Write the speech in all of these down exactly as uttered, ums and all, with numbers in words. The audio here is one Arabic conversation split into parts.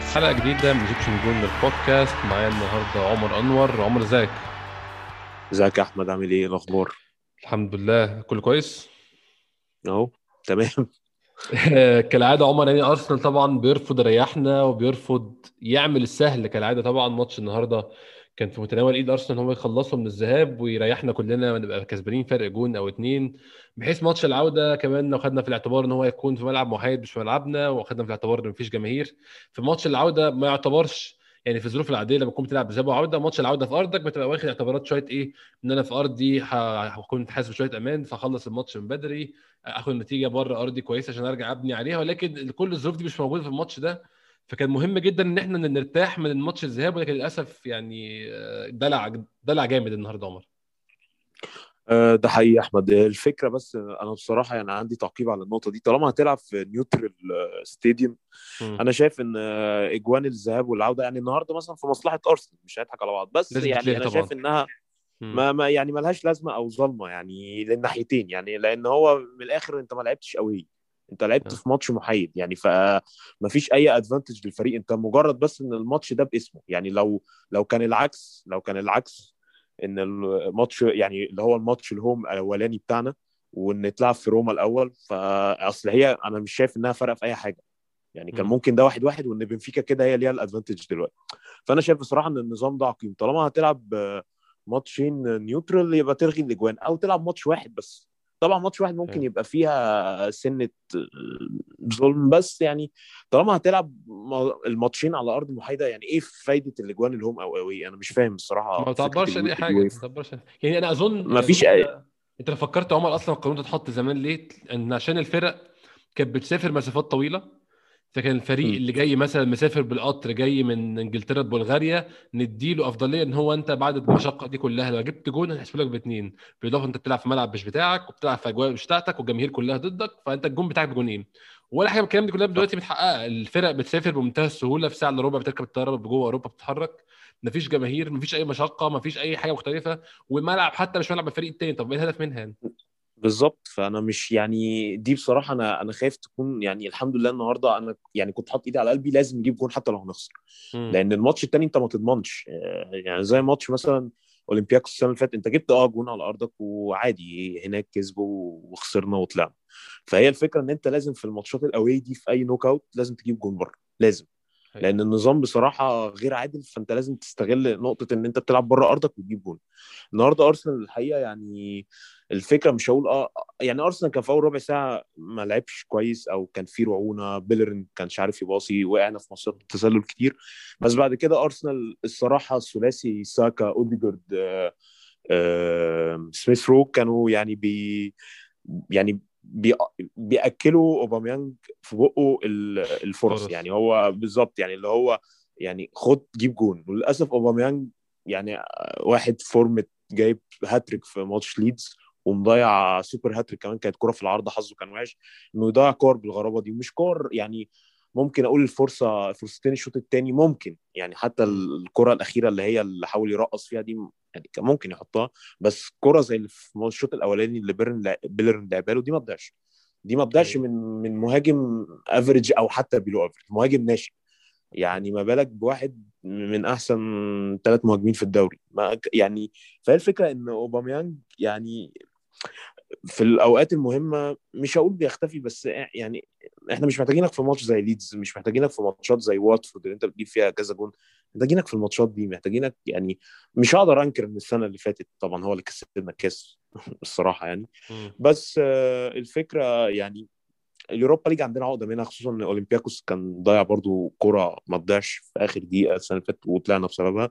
حلقة جديدة من ايجيبشن جون البودكاست. معايا النهاردة عمر أنور. عمر ازيك؟ ازيك يا احمد؟ عامل ايه؟ إيه الاخبار؟ الحمد لله كله كويس. اهو تمام. كالعادة عمر، يعني أرسنال طبعا بيرفض يريحنا وبيرفض يعمل السهل كالعادة. طبعا ماتش النهاردة كان في متناول ايد ارسنال ان هو يخلصه من الذهاب ويريحنا كلنا ونبقى كسبانين فرق جون او اتنين، بحيث ماتش العودة كمان لو خدنا في الاعتبار ان هو يكون في ملعب محايد مش في ملعبنا، وخدنا في الاعتبار ان مفيش جماهير في ماتش العودة ما يعتبرش. يعني في الظروف العاديه لما تكون بتلعب ذهاب وعوده، ماتش العوده في ارضك بتبقى واخد اعتبارات شويه ايه، ان انا في ارضي ه- هكون حاسس بشويه امان فاخلص الماتش من بدري، اخد النتيجه بره ارضي كويسه عشان ارجع ابني عليها. ولكن كل الظروف دي مش موجوده في الماتش ده، فكان مهم جدا ان احنا نرتاح من الماتش الذهاب. ولكن للاسف يعني آه، دلع دلع جامد النهارده عمر. آه، ده حقيقي يا احمد. الفكره بس انا بصراحه يعني عندي تعقيب على النقطه دي. طالما هتلعب في نيوترال ستاديوم، مم. انا شايف ان آه، اجوان الذهاب والعوده يعني النهارده مثلا في مصلحه ارسنال، مش هنضحك على بعض، بس لازم يعني تتلغي انا طبعا. شايف انها مم. ما, ما يعني ملهاش لازمه او ظلمه يعني للناحيتين، يعني لان هو من الاخر انت ما لعبتش قوي، انت لعبت آه. في ماتش محايد يعني، فما فيش اي ادفانتج للفريق، انت مجرد بس ان الماتش ده باسمه. يعني لو لو كان العكس لو كان العكس ان الماتش يعني اللي هو الماتش الهوم الاولاني بتاعنا، وان اتلعب في روما الاول، فاصل هي انا مش شايف انها فرق في اي حاجه. يعني كان مم. ممكن ده واحد واحد وان بنفيكا كده هي اللي هي الادفانتج دلوقتي. فانا شايف بصراحه ان النظام ده عقيم. طالما هتلعب آه، ماتشين نيوترال يبقى تلغي الاجوان او تلعب ماتش واحد بس. طبعا ماتش واحد ممكن آه. يبقى فيها سنه آه، ظلم، بس يعني طالما هتلعب م- الماتشين على ارض محايده، يعني ايه فايده الاجوان الهوم او اوي؟ انا مش فاهم ما الصراحه فكره تعبرش عن اي حاجه، ما الويف. تعبرش عن... يعني انا اظن ما يعني اظن فيش أي... انت انت لو فكرت يا عمر اصلا القانون ده اتحط زمان ليه؟ ان عشان الفرق كانت بتسافر مسافات طويله، فكان الفريق م. اللي جاي مثلا مسافر بالقطر جاي من انجلترا لبلغاريا نديله افضليه ان هو انت بعد المشقه دي كلها لو جبت جون هنحسب لك باثنين، بالاضافه انت بتلعب في ملعب مش بتاعك وبتلعب في اجواء مش بتاعتك والجماهير كلها ضدك، فانت الجون بتاعك بجونين. ولا حاجه من الكلام دي كلها صح. دلوقتي متحققه. الفرق بتسافر بمنتهى السهوله، في ساعه الا ربع بتركب الطياره جوه اوروبا بتتحرك، مفيش جماهير مفيش اي مشقه مفيش اي حاجه مختلفه، والملعب حتى مش ملعب الفريق التاني. طب ايه الهدف منها يعني؟ بالظبط. فانا مش يعني دي بصراحه انا انا خايف تكون يعني الحمد لله النهارده انا يعني كنت حاطط ايدي على قلبي لازم نجيب جون حتى لو هنخسر، امم. لان الماتش التاني انت ما تضمنش. آه، يعني زي ماتش مثلا اولمبياكوس السنه اللي فاتت، انت جبت اه جون على ارضك وعادي هناك كسبوا وخسرنا وطلعنا. فهي الفكره ان انت لازم في الماتشات الاواي دي في اي نوك اوت لازم تجيب جون بره، لازم. حقيقي. لان النظام بصراحه غير عادل، فانت لازم تستغل نقطه ان انت بتلعب بره ارضك وتجيب جون. النهارده ارسنال الحقيقه يعني الفكره مش هقول اه يعني ارسنال كان في اول ربع ساعه ما لعبش كويس، او كان في رعونه، بيلرين كانش عارف يباصي، وقعنا في مصيدة تسلل كتير. بس بعد كده ارسنال الصراحه الثلاثي ساكا اوديجارد آه آه سميث رو كانوا يعني بي يعني بي بياكلوا اوباميانج في بقه ال- الفرص. فرص. يعني هو بالظبط يعني اللي هو يعني خد جيب جون. وللاسف اوباميانج يعني واحد فورمة جايب هاتريك في ماتش ليدز، ومضيع سوبر هاتريك كمان، كانت كرة في العارضة، حظه كان وحش انه يضيع كور بالغرابة دي. مش كور يعني، ممكن اقول الفرصة فرصتين الشوط الثاني ممكن يعني، حتى امم. الكرة الأخيرة اللي هي اللي حاول يرقص فيها دي يعني كان ممكن يحطها. بس كرة زي اللي في الشوط الأولاني اللي بيرن بيلرن لعبها له دي ما تضيعش. دي ما تضيعش حقيقي. من من مهاجم افريج او حتى بيلو افريج، مهاجم ناشئ. حقيقي. يعني ما بالك بواحد من احسن ثلاث مهاجمين في الدوري ما يعني. فهي الفكره ان اوباميانج يعني في الاوقات المهمه مش هقول بيختفي، بس يعني احنا مش محتاجينك في ماتش زي ليدز، مش محتاجينك في ماتشات زي واتفورد اللي انت بتجيب فيها كذا جون. محتاجينك في الماتشات دي، محتاجينك يعني. مش هقدر انكر ان السنه اللي فاتت طبعا هو اللي كسبنا الكاس الصراحه يعني. امم. بس آه، الفكره يعني اليوروبا ليج عندنا عقده منها، خصوصا ان اولمبياكوس كان ضيع برضو كرة ما تضيعش في اخر دقيقه السنه اللي فاتت وطلعنا بسببها.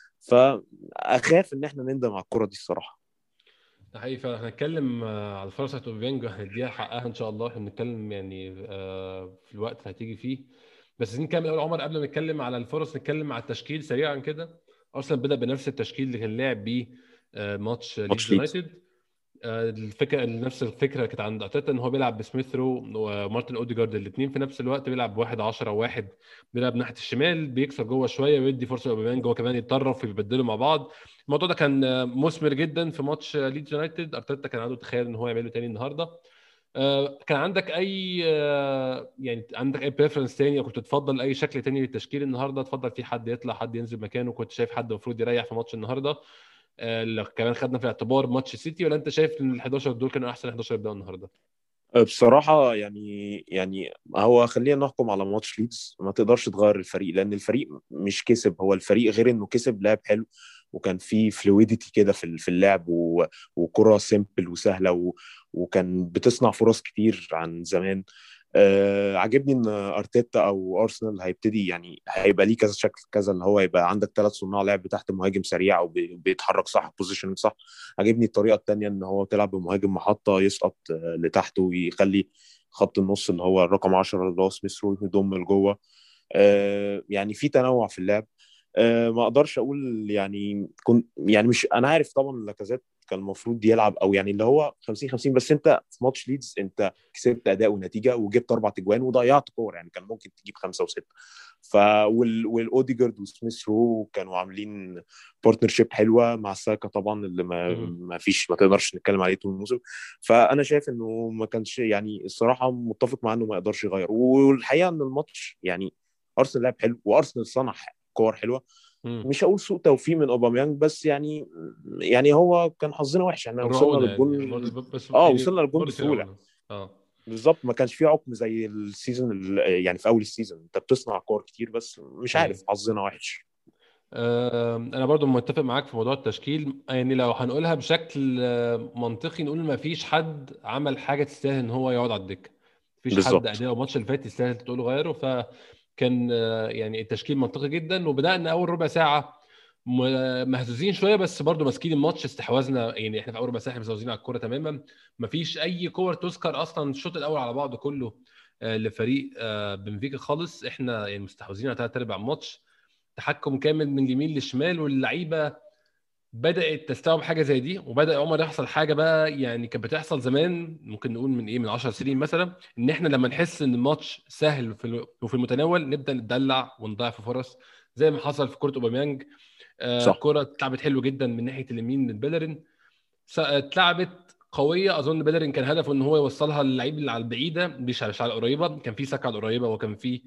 فاخاف ان احنا نندم على الكرة دي الصراحه. ده حقيقي فعلا. هنتكلم آه، على الفرص بتاعت اوباميانج وهنديها حقها ان شاء الله. هنتكلم يعني آه، في الوقت اللي هتيجي فيه. بس عايزين نكمل اول عمر قبل ما نتكلم على الفرص، نتكلم على التشكيل سريعا كده. ارسنال بدأ بنفس التشكيل اللي كان لعب بيه آه، ماتش ليدز ماتش ليدز. يونايتد. آه، الفكره نفس الفكره كانت عند ارتيتا ان هو بيلعب بسميث رو ومارتن اوديجارد الاثنين في نفس الوقت، بيلعب بواحد عشرة وواحد، بيلعب ناحيه الشمال بيكسر جوه شويه ويدي فرصه لاوباميانج هو كمان يتطرف ويبدلوا مع بعض. الموضوع ده كان آه، مثمر جدا في ماتش آه، ليدز يونايتد. ارتيتا كان عنده تخيل ان هو يعمله تاني النهارده. آه، كان عندك اي آه، يعني عندك اي بريفرنس تاني، او كنت تفضل اي شكل تاني للتشكيل النهارده؟ تفضل في حد يطلع، حد ينزل مكانه؟ كنت شايف حد المفروض يريح في ماتش النهارده؟ آه، لو كمان خدنا في الاعتبار ماتش سيتي، ولا انت شايف ان ال حداشر دول كانوا احسن حداشر يبداوا النهارده؟ بصراحة يعني يعني هو خلينا نحكم على ماتش ليدز. ما تقدرش تغير الفريق، لأن الفريق مش كسب. هو الفريق غير إنه كسب لعب حلو، وكان في فلويديتي كده في في اللعب، و- وكرة سيمبل وسهلة، و- وكان بتصنع فرص كتير عن زمان. آه عجبني ان ارتيتا او ارسنال هيبتدي، يعني هيبقى ليه كذا شكل، كذا اللي هو يبقى عندك ثلاث صناع لعب تحت مهاجم سريع او بي- بيتحرك صح، بوزيشن صح. عجبني الطريقه التانيه ان هو تلعب بمهاجم محطه يسقط آه، لتحت، ويخلي خط النص اللي هو الرقم عشرة اللي هو سميث رو يضم لجوه. آه يعني في تنوع في اللعب. آه ما اقدرش اقول يعني كنت يعني مش انا عارف طبعا لاكازيت كان المفروض يلعب، او يعني اللي هو خمسين خمسين، بس انت في ماتش ليدز انت كسبت اداء ونتيجه وجبت اربع تجوان وضيعت كور، يعني كان ممكن تجيب خمسه وسته. ف وال... والاوديجارد وسميث رو كانوا عاملين بارتنرشيب حلوه مع ساكا طبعا، اللي ما مم. ما فيش ما تقدرش نتكلم عليه طول الموسم. فانا شايف انه ما كانش، يعني الصراحه متفق مع انه ما يقدرش يغير. والحقيقه ان الماتش يعني ارسنال لعب حلو، وارسنال صنع كور حلوه. مم. مش هقول سوء توفيق من اوباميانج، بس يعني يعني هو كان حظنا وحش، احنا وصلنا الرعونه يعني للجون. برضه، بس اه يعني وصلنا للجون برضه في بسهوله. رعونه. اه. بالظبط، ما كانش فيه عقم زي السيزون ال- يعني في اول السيزون انت بتصنع كور كتير، بس مش ايوه. عارف حظنا وحش. آه، انا برضو متفق معاك في موضوع التشكيل. يعني لو هنقولها بشكل آه، منطقي، نقول ما فيش حد عمل حاجه تستاهل ان هو يقعد على الدكه. مفيش حد بالظبط. اداؤه الماتش اللي فات يستاهل تقول غيره. فكان آه، يعني التشكيل منطقي جدا، وبدانا اول ربع ساعه م- مهزوزين شويه، بس برضو ماسكين الماتش، استحواذنا. يعني احنا في اول ربع ساعه مستحوذين على الكوره تماما. مفيش اي كور تذكر اصلا الشوط الاول على بعضه كله آه، لفريق آه، بنفيكا خالص. احنا يعني مستحوذين على ثلاث ارباع الماتش، تحكم كامل من اليمين للشمال، واللعيبه بدات تستوعب حاجه زي دي. وبدا عمر يحصل حاجه بقى يعني كانت بتحصل زمان، ممكن نقول من ايه، من عشر سنين مثلا، ان احنا لما نحس ان الماتش سهل وفي الم- وفي المتناول نبدا نتدلع ونضيع في فرص، زي ما حصل في كره اوباميانج. آه صح. كره اتلعبت حلو جدا من ناحيه اليمين من بيلرين، س- اتلعبت قويه. اظن بيلرين كان هدفه ان هو يوصلها للعيب اللي على البعيده، مش على مش على القريبه. كان في ساكا على القريبه، وكان في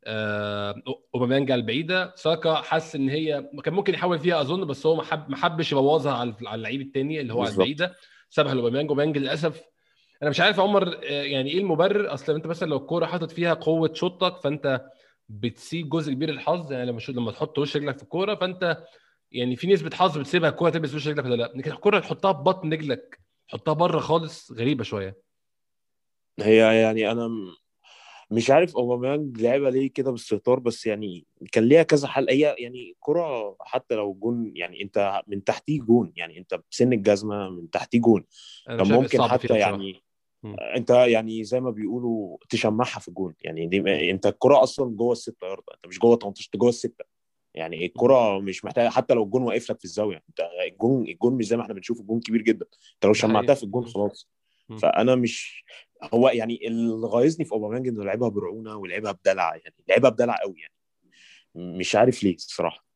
آه اوباميانج على البعيده. ساكا حس ان هي كان ممكن يحاول فيها اظن، بس هو ما حب ما حبش يبوظها على على اللعيب التاني اللي هو على بالظبط. البعيده، سابها لاوباميانج. اوباميانج للاسف، انا مش عارف يا عمر آه، يعني ايه المبرر. اصلا انت مثلا لو الكوره حاطط فيها قوه شوطك، فانت بتسيب جزء كبير الحظ. يعني لما شو- لما تحط وش رجلك في الكوره، فانت يعني في نسبه حظ بتسيبها الكوره تلبس وش رجلك ولا لا. لكن الكوره تحطها ببطن رجلك، تحطها بره خالص، غريبه شويه. هي يعني انا م- مش عارف اوباميانج لعبها ليه كده بالستار، بس يعني كان ليها كذا حل. هي يعني كرة حتى لو جون، يعني انت من تحتيه جون، يعني انت بسن الجزمة من تحتيه جون. انا كان مش عارف ايه ممكن الصعب فيها حتى بصراحه. يعني مم. انت يعني زي ما بيقولوا تشمعها في الجون، يعني دي انت الكرة اصلا جوه الستة يارده، انت مش جوه تمنتاشر، انت جوه الستة. يعني مم. الكرة مش محتاجة حتى لو الجون واقف لك في الزاوية، انت الجون الجون مش زي ما احنا بنشوف، الجون كبير جدا، انت لو ده حقيقي. شمعتها في الجون مم. خلاص. مم. فانا مش هو يعني اللي غايظني في اوباميانج انه لعبها برعونة ولعبها بدلع، يعني لعبها بدلع قوي يعني. مش عارف ليه الصراحة.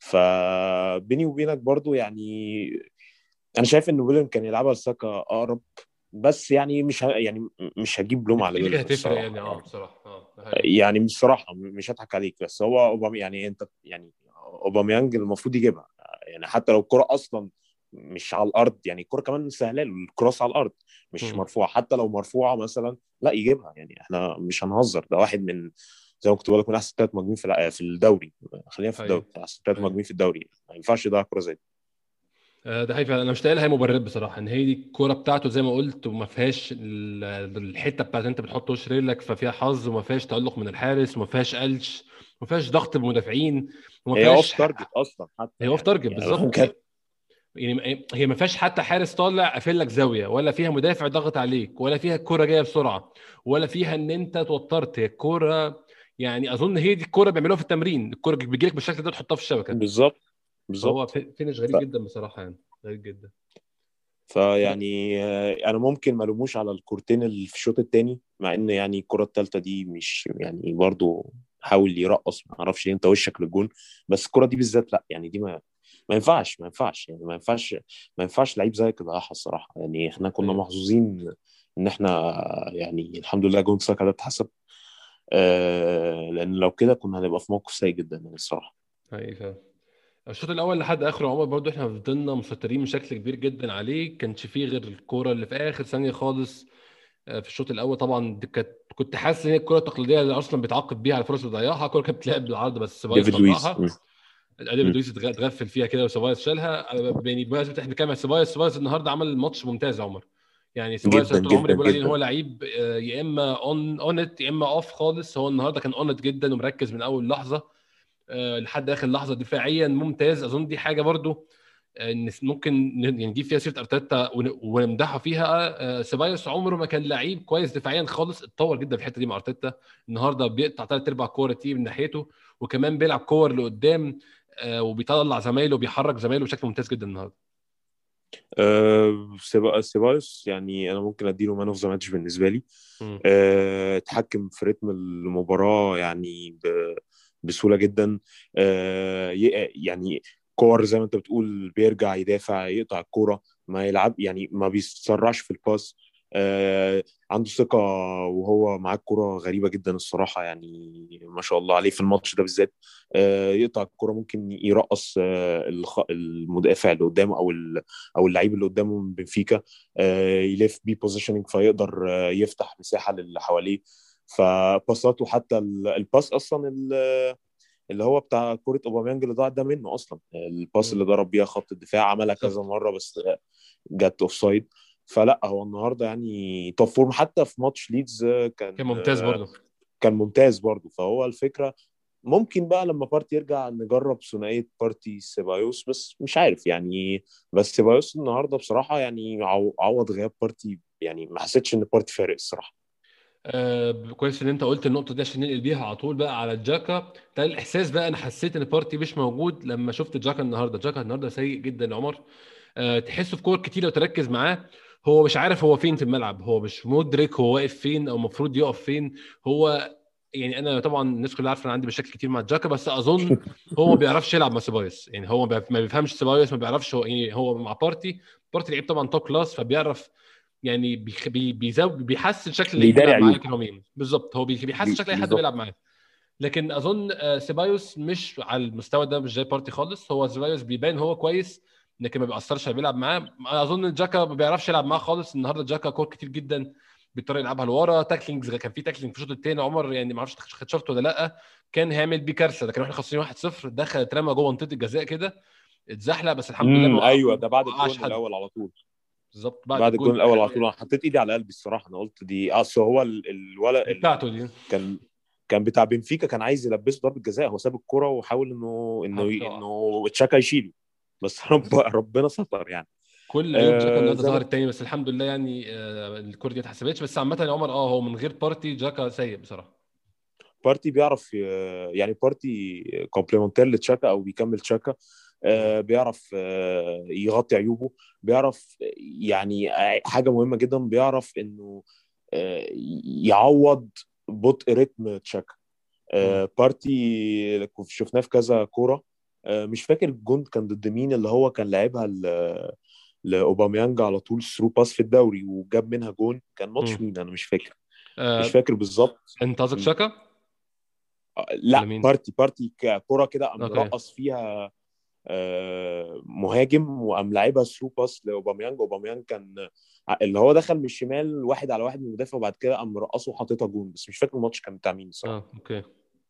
فبيني وبينك برضو يعني انا شايف انه بيلن كان يلعبها لساكا اقرب، بس يعني مش ه... يعني مش هجيب لوم مش على دي اللي بيلن كانت هتفرق الصراحة يعني. اه يعني. بصراحه اه ده حقيقي. يعني بصراحة مش هضحك عليك، بس هو أوبام يعني انت يعني اوباميانج المفروض يجيبها، يعني حتى لو الكرة اصلا مش على الارض، يعني الكرة كمان سهله له، الكروس على الارض مش مم. مرفوعة، حتى لو مرفوعة مثلا لا يجيبها. يعني احنا مش هنهزر، ده واحد من زي ما كنت بقول لك من احسن ثلاث مهاجمين في الع- في الدوري. خلينا في الدوري، ايوه. احسن ثلاث ايوه. مهاجمين في الدوري، ما ينفعش يضيع كرة زي دي. آه، ده حقيقي. انا مش لاقي لها مبررات بصراحه، ان هي دي الكوره بتاعته زي ما قلت، وما فيهاش ال- الحته بتاعت انت بتحط وش رجلك، ففيها حظ، وما فيهاش تالق من الحارس، وما فيهاش قلش، وما فيهاش ضغط بمدافعين، وما هي اوف فيهاش تارجت ح- اصلا حتى، هي اوف يعني تارجت يعني بالظبط. كان يعني هي ما فيهاش حتى حارس طالع قافل لك زاويه، ولا فيها مدافع ضغط عليك، ولا فيها الكوره جايه بسرعه، ولا فيها ان انت توترت. هي الكوره يعني اظن هي دي الكوره بيعملوها في التمرين، الكوره بتجيلك بالشكل ده تحطها في الشبكه. بالظبط. فهو بالظبط. في- فينش ف... غريب جدا بصراحه يعني، غريب جدا. فيعني آه، انا ممكن ما الوموش على الكورتين اللي في الشوط الثاني، مع ان يعني الكره الثالثه دي مش يعني برضو حاول يرقص، ما اعرفش ليه انت وشك للجون. بس الكره دي بالذات لا، يعني دي ما ما ينفعش ما ينفعش يعني ما ينفعش ما ينفعش لعيب زيك يضيعها الصراحه. يعني احنا كنا ايوه. محظوظين ان احنا يعني الحمد لله جون ساكا ده اتحسب. آه لان لو كده كنا هنبقى في موقف سيء جدا يعني الصراحه. حقيقي فعلا. الشوط الاول لحد اخر عمر برضو احنا فضلنا مسيطرين بشكل كبير جدا عليه، كانش فيه غير الكوره اللي في اخر ثانيه خالص. آه، في الشوط الاول طبعا دي كانت، كنت حاسس ان هي الكره التقليديه اللي ارسنال بيتعاقب بيها على الفرص اللي ضيعها، الكوره كانت بتلعب بالعرض بس سيبايوس ديفيد لويس. م- طلعها. ديفيد م. لويس اتغ- اتغفل فيها كده وسيبايوس شالها. أنا يعني بمناسبه احنا بنتكلم عن سيبايوس، سيبايوس النهارده عمل ماتش ممتاز يا عمر. يعني سيبايوس جدا أنا طول عمري جدا بقول عليه ان جدا. هو لعيب آه، يا اما اون اونت يا اما اوف خالص. هو النهارده كان اونت جدا ومركز من اول لحظه آه، لحد اخر لحظه، دفاعيا ممتاز. اظن دي حاجه برضو آه، نس- ممكن ن- يعني نجيب فيها سيره ارتيتا ون- ونمدحه فيها. آه، سيبايوس عمره ما كان لعيب كويس دفاعيا خالص، اتطور جدا في الحته دي مع ارتيتا. النهارده بيقطع ثلاث ارباع كوره تيجي من ناحيته، وكمان بيلعب كور لقدام آه، وبيطلع زمايله وبيحرك زمايله بشكل ممتاز جدا النهارده. أه سيبا- سيبايوس يعني انا ممكن اديله مان اوف ذا ماتش بالنسبه لي. مم. أه اتحكم في رتم المباراه يعني ب- بسهوله جدا. أه ي- يعني كور زي ما انت بتقول، بيرجع يدافع يقطع الكوره، ما يلعب يعني ما بيسرعش في الباس. أه عنده ثقه وهو معاه الكوره غريبه جدا الصراحه، يعني ما شاء الله عليه في الماتش ده بالذات. أه يقطع الكوره، ممكن يرقص أه الخ- المدافع اللي قدامه او ال او اللعيب اللي قدامه من بنفيكا. آه، يلف بي بوزيشننج فيقدر آه، يفتح مساحه للي حواليه. فباساته حتى ال- الباس اصلا ال- اللي هو بتاع كرة اوباميانج اللي ضاعت ده منه اصلا، الباس مم. اللي ضرب بيها خط الدفاع عملها كذا بالظبط. مره بس جت اوف سايد. فلا هو النهارده يعني توب فورم، حتى في ماتش ليدز آه، كان كان ممتاز آه، برضه. كان ممتاز برضه. فهو الفكره ممكن بقى لما بارتي يرجع نجرب ثنائية بارتي سيبايوس، بس مش عارف يعني. بس سيبايوس النهارده بصراحة يعني عو- عوض غياب بارتي، يعني ما حسيتش ان بارتي فارق الصراحة. آه كويس ان انت قلت النقطه دي عشان ننقل بيها على طول بقى على جاكا. ده الاحساس بقى، انا حسيت ان بارتي مش موجود لما شفت جاكا النهارده. جاكا النهارده سيء جدا يا عمر. آه تحسه في كور كتير لو تركز معاه هو مش عارف هو فين في الملعب، هو مش مدرك هو واقف فين او المفروض يقف فين. هو يعني انا طبعا الناس كلها عارفه انا عندي مشاكل كتير مع جاكا، بس اظن هو ما بيعرفش يلعب مع سيبايوس. يعني هو ما بيفهمش سيبايوس، ما بيعرفش هو يعني هو مع بارتي. بارتي لعيب طبعا توب كلاس فبيعرف يعني بيخ... بي... بيزود بيحسن شكل اللعيب بيداري بيلعب معاه عيوب. اكراميا بالظبط. هو بي... بيحسن بي- شكل اي حد بالظبط. بيلعب معاه. لكن اظن آه، سيبايوس مش على المستوى ده، مش زي بارتي خالص. هو سيبايوس بيبان هو كويس لكن ما بيأثرش على بيلعب معاه. أنا اظن جاكا ما بيعرفش يلعب معاه خالص. النهارده جاكا كور كتير جدا بيضطر يلعبها لورا. تاكلينجز كان في تاكلينج في الشوط الثاني عمر، يعني ما اعرفش خدت شفته ولا لا، كان هيعمل بيه كارثه. ده كانوا احنا خسرانين واحد صفر، دخل اترمى جوه منطقه الجزاء كده، اتزحلق بس الحمد لله ما امم وقع- ايوه، ما ده بعد وقعش الجون حد. الاول على طول. بالظبط بعد بعد الجول الجون الاول على الاولاني طول انا حطيت ايدي على قلبي الصراحة، انا قلت دي اصل هو ال- الولد دي ال... بتاعته دي. كان كان بتاع بنفيكا كان عايز يلبسه ضربة جزاء، هو ساب الكرة وحاول انه انه ها، تقع. انه تشاكا يشيله، بس رب ربنا ستر يعني. كل عيوب جاكا آه النهارده زي ما ظهرت تاني، بس الحمد لله يعني آه، الكوره دي ما اتحسبتش. بس عامه يا عمر اه هو من غير بارتي جاكا سيء بصراحه. بارتي بيعرف ي- يعني بارتي كومبليمنتير لتشاكا او بيكمل تشاكا. مم. آه، بيعرف آه، يغطي عيوبه، بيعرف يعني حاجة مهمة جدا، بيعرف انه آه، يعوض بطء رتم تشاكا. مم. آه، بارتي شفناه في كذا كورة. آه، مش فاكر الجون كان ضد مين، اللي هو كان لعبها ل- لاوباميانج على طول ثرو باس في الدوري وجاب منها جون. كان مم. ماتش مين انا مش فاكر. مش آه، فاكر بالظبط. انت قصدك شاكا ولا لا مين؟ بارتي بارتي كرة كده قام اوكي. مرقص فيها آه، مهاجم وقام لعبها ثرو باس لاوباميانج. اوباميانج كان اللي هو دخل من الشمال واحد على واحد من المدافع، وبعد كده قام مرقصه وحاططها جون، بس مش فاكر الماتش كان بتاع مين الصراحه. اه اوكي.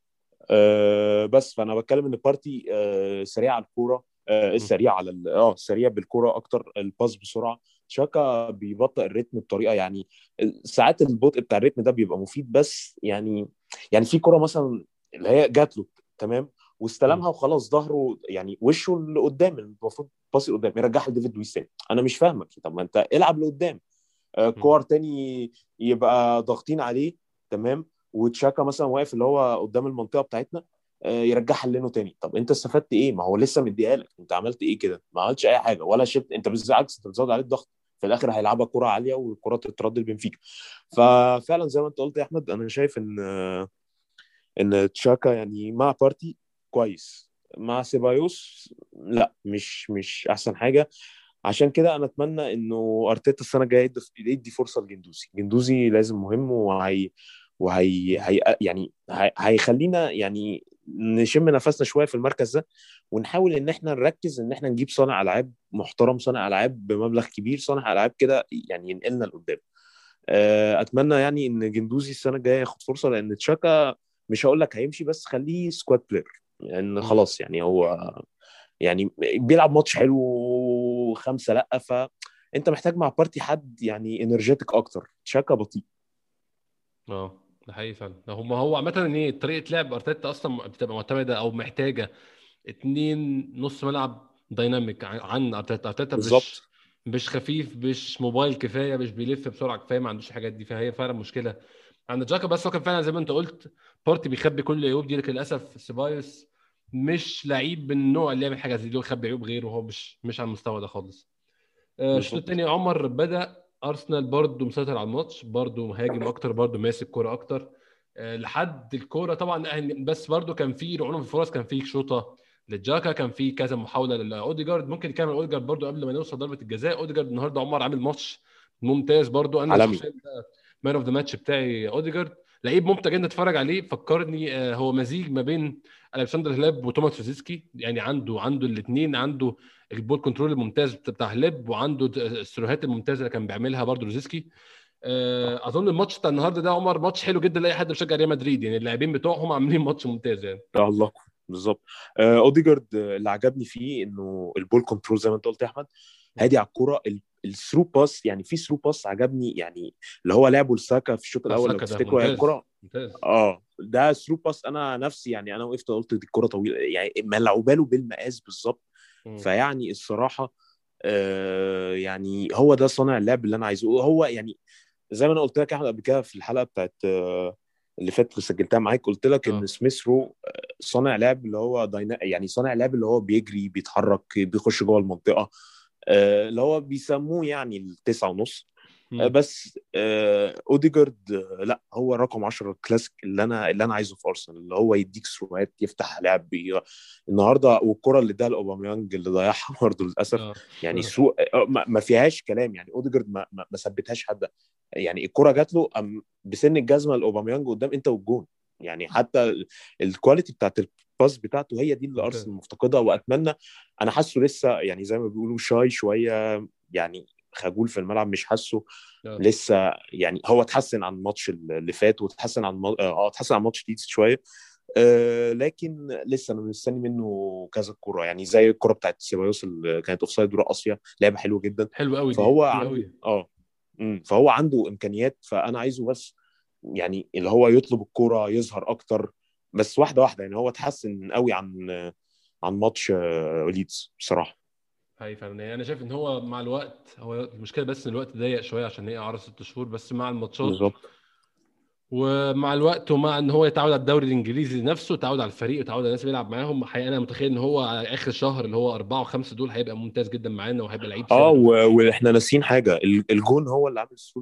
أه بس فانا بتكلم ان بارتي أه سريع على الكوره، أه مم. سريع على ال- اه سريع بالكوره اكتر، الباس بسرعه. شاكا بيبطئ الريتم بطريقه يعني. ساعات البطء بتاع الريتم ده بيبقى مفيد، بس يعني يعني في كوره مثلا اللي هي جات له تمام مم. واستلمها وخلاص، ظهره يعني وشه اللي قدام، المفروض باصي قدام يرجعها لديفيد لويس تاني. انا مش فاهمك، طب ما انت العب لقدام. آه، مم. كور تاني يبقى ضاغطين عليه تمام، وتشاكا مثلا واقف اللي هو قدام المنطقه بتاعتنا، آه، يرجعها لينو تاني. طب انت استفدت ايه؟ ما هو لسه مديها لك، انت عملت ايه كده؟ ما عملتش اي حاجه ولا شفت انت، بالعكس انت بتزود عليه الضغط. في الاخر هيلعبها كره عاليه والكره تترد لبنفيكا. ففعلا زي ما انت قلت يا احمد، انا شايف ان آه، ان تشاكا يعني مع بارتي كويس، مع سيبايوس لا مش مش احسن حاجه. عشان كده انا اتمنى انه ارتيتا السنه الجايه يدي يدي فرصه لجندوزي. جندوزي لازم مهم، وهي وهي مم. هي يعني هي هيخلينا يعني نشم نفسنا شويه في المركز ده، ونحاول ان احنا نركز ان احنا نجيب صانع العاب محترم، صانع العاب بمبلغ كبير، صانع العاب كده يعني ينقلنا لقدام. آه، اتمنى يعني ان جندوزي السنه الجايه ياخد فرصه، لان تشاكا مش هقول لك هيمشي، بس خليه سكواد بلاير، لان يعني مم. خلاص يعني هو يعني بيلعب ماتش حلو خمسه لا، فانت محتاج مع بارتي حد يعني انرجيتك اكتر. تشاكا بطيء. اه ده حقيقي فعلا. هم هو عامة ان ايه طريقة لعب ارتيتا اصلا بتبقى معتمدة او محتاجة اتنين نص ملعب دايناميك عن عن ارتيتا. ارتيتا مش بالظبط. مش خفيف، مش موبايل كفايه، مش بيلف بسرعه كفايه، ما عندوش الحاجات دي، فهي فعلا مشكله عند جاكا. بس هو كان فعلا زي ما انت قلت بارتي بيخبي كل العيوب دي، لكن للاسف سيبايوس مش لعيب من النوع اللي يعمل حاجه زي دي ويخبي عيوب غيره، وهو مش مش على المستوى ده خالص. آه، الشوط بالظبط. الثاني عمر بدأ ارسنال برضو مسيطر على الماتش، برضو مهاجم اكتر، برضو ماسك كوره اكتر آه، لحد الكوره طبعا أهل- بس برضو كان في رعونه في الفرص، كان في شوطه للجاكا، كان في كذا محاوله لاوديجارد، ممكن يكمل اوديجارد برضو قبل ما نوصل ضربه الجزاء. اوديجارد النهارده عمر عامل ماتش ممتاز برضو، انا عالمي. شخصيا مان اوف ذا ماتش بتاعي اوديجارد. لعيب ممتع جدا تتفرج عليه، فكرني آه، هو مزيج ما بين الكسندر هلاب وتوماس روزيسكي، يعني عنده عنده الاثنين، عنده البول كنترول الممتاز بتاع هليب، وعنده السيروهات الممتازه اللي كان بيعملها برضه روزيسكي. آه، اظن الماتش بتاع النهارده ده عمر ماتش حلو جدا لاي حد بيشجع ريال مدريد، يعني اللاعبين بتوعهم عاملين ماتش ممتاز يعني. يا الله. بالظبط. آه، اوديجارد آه، اللي عجبني فيه انه البول كنترول زي ما انت قلت يا احمد، مم. هادي على الكوره. الثرو باس، يعني في ثرو باس عجبني، يعني اللي هو لعبه لساكا في الشوط بتاع الاول لو ساكا ده تفتكروا، هي ممتاز الكوره. ممتاز. اه ده ثرو باس، انا نفسي يعني انا وقفت قلت دي الكوره طويله، يعني ملعوبه له بالمقاس بالظبط. مم. فيعني الصراحه آه يعني هو ده صانع اللعب اللي انا عايزه. هو يعني زي ما انا قلت لك يا احمد قبل كده في الحلقه بتاعت آه اللي فاتت اللي سجلتها معاك، قلت لك ان اه سميث رو آه، صانع لعب اللي هو داينا، يعني صانع لعب اللي هو بيجري بيتحرك بيخش جوه المنطقه، آه اللي هو بيسموه يعني التسعة ونص. آه، مم. بس آه، اوديجارد آه، لا هو رقم عشرة الكلاسيك اللي انا اللي انا عايزه في ارسنال، اللي هو يديك سروقات يفتح لعب بي- النهارده. والكره اللي اداها لاوباميانج اللي ضيعها برضه للاسف، اه يعني سوء آه، ما ما فيهاش كلام. يعني اوديجارد ما ما ما ثبتهاش حد، يعني الكره جات له أم بسن الجزمه لاوباميانج قدام انت والجون. يعني حتى ال- الكواليتي بتاعت الباس بتاعته هي دي اللي ممتاز. ارسنال مفتقدها. واتمنى، انا حاسه لسه يعني زي ما بيقولوا شاي شويه، يعني خجول في الملعب، مش حاسه اه لسه. يعني هو اتحسن عن الماتش اللي فات، وتحسن عن مو- اه اتحسن عن ماتش ليدز شويه. آه لكن لسه انا مستني منه كذا كوره، يعني زي الكوره بتاعت سيبايوس اللي كانت اوفسايد ورقص فيها، لعبه حلوه جدا. حلو قوي دي، فهو حلو عنده قوي. اه امم فهو عنده امكانيات، فانا عايزه بس يعني اللي هو يطلب الكوره يظهر اكتر، بس واحده واحده. يعني هو اتحسن قوي عن عن ماتش آه، ليدز بصراحه. هاي فعلا، يعني انا شايف ان هو مع الوقت، هو المشكله بس ان الوقت ضيق شويه عشان هي اعرى ست شهور، بس مع الماتشات بالظبط. ومع الوقت ومع ان هو يتعود على الدوري الانجليزي نفسه، يتعود على الفريق، يتعود على الناس اللي بيلعب معاهم، حقيقة انا متخيل ان هو على اخر شهر اللي هو اربعه وخمسه دول هيبقى ممتاز جدا معانا، وهيبقى لعيب اه ثابت و- وكل واحنا ناسيين حاجه، ال- الجون هو اللي عامل السول.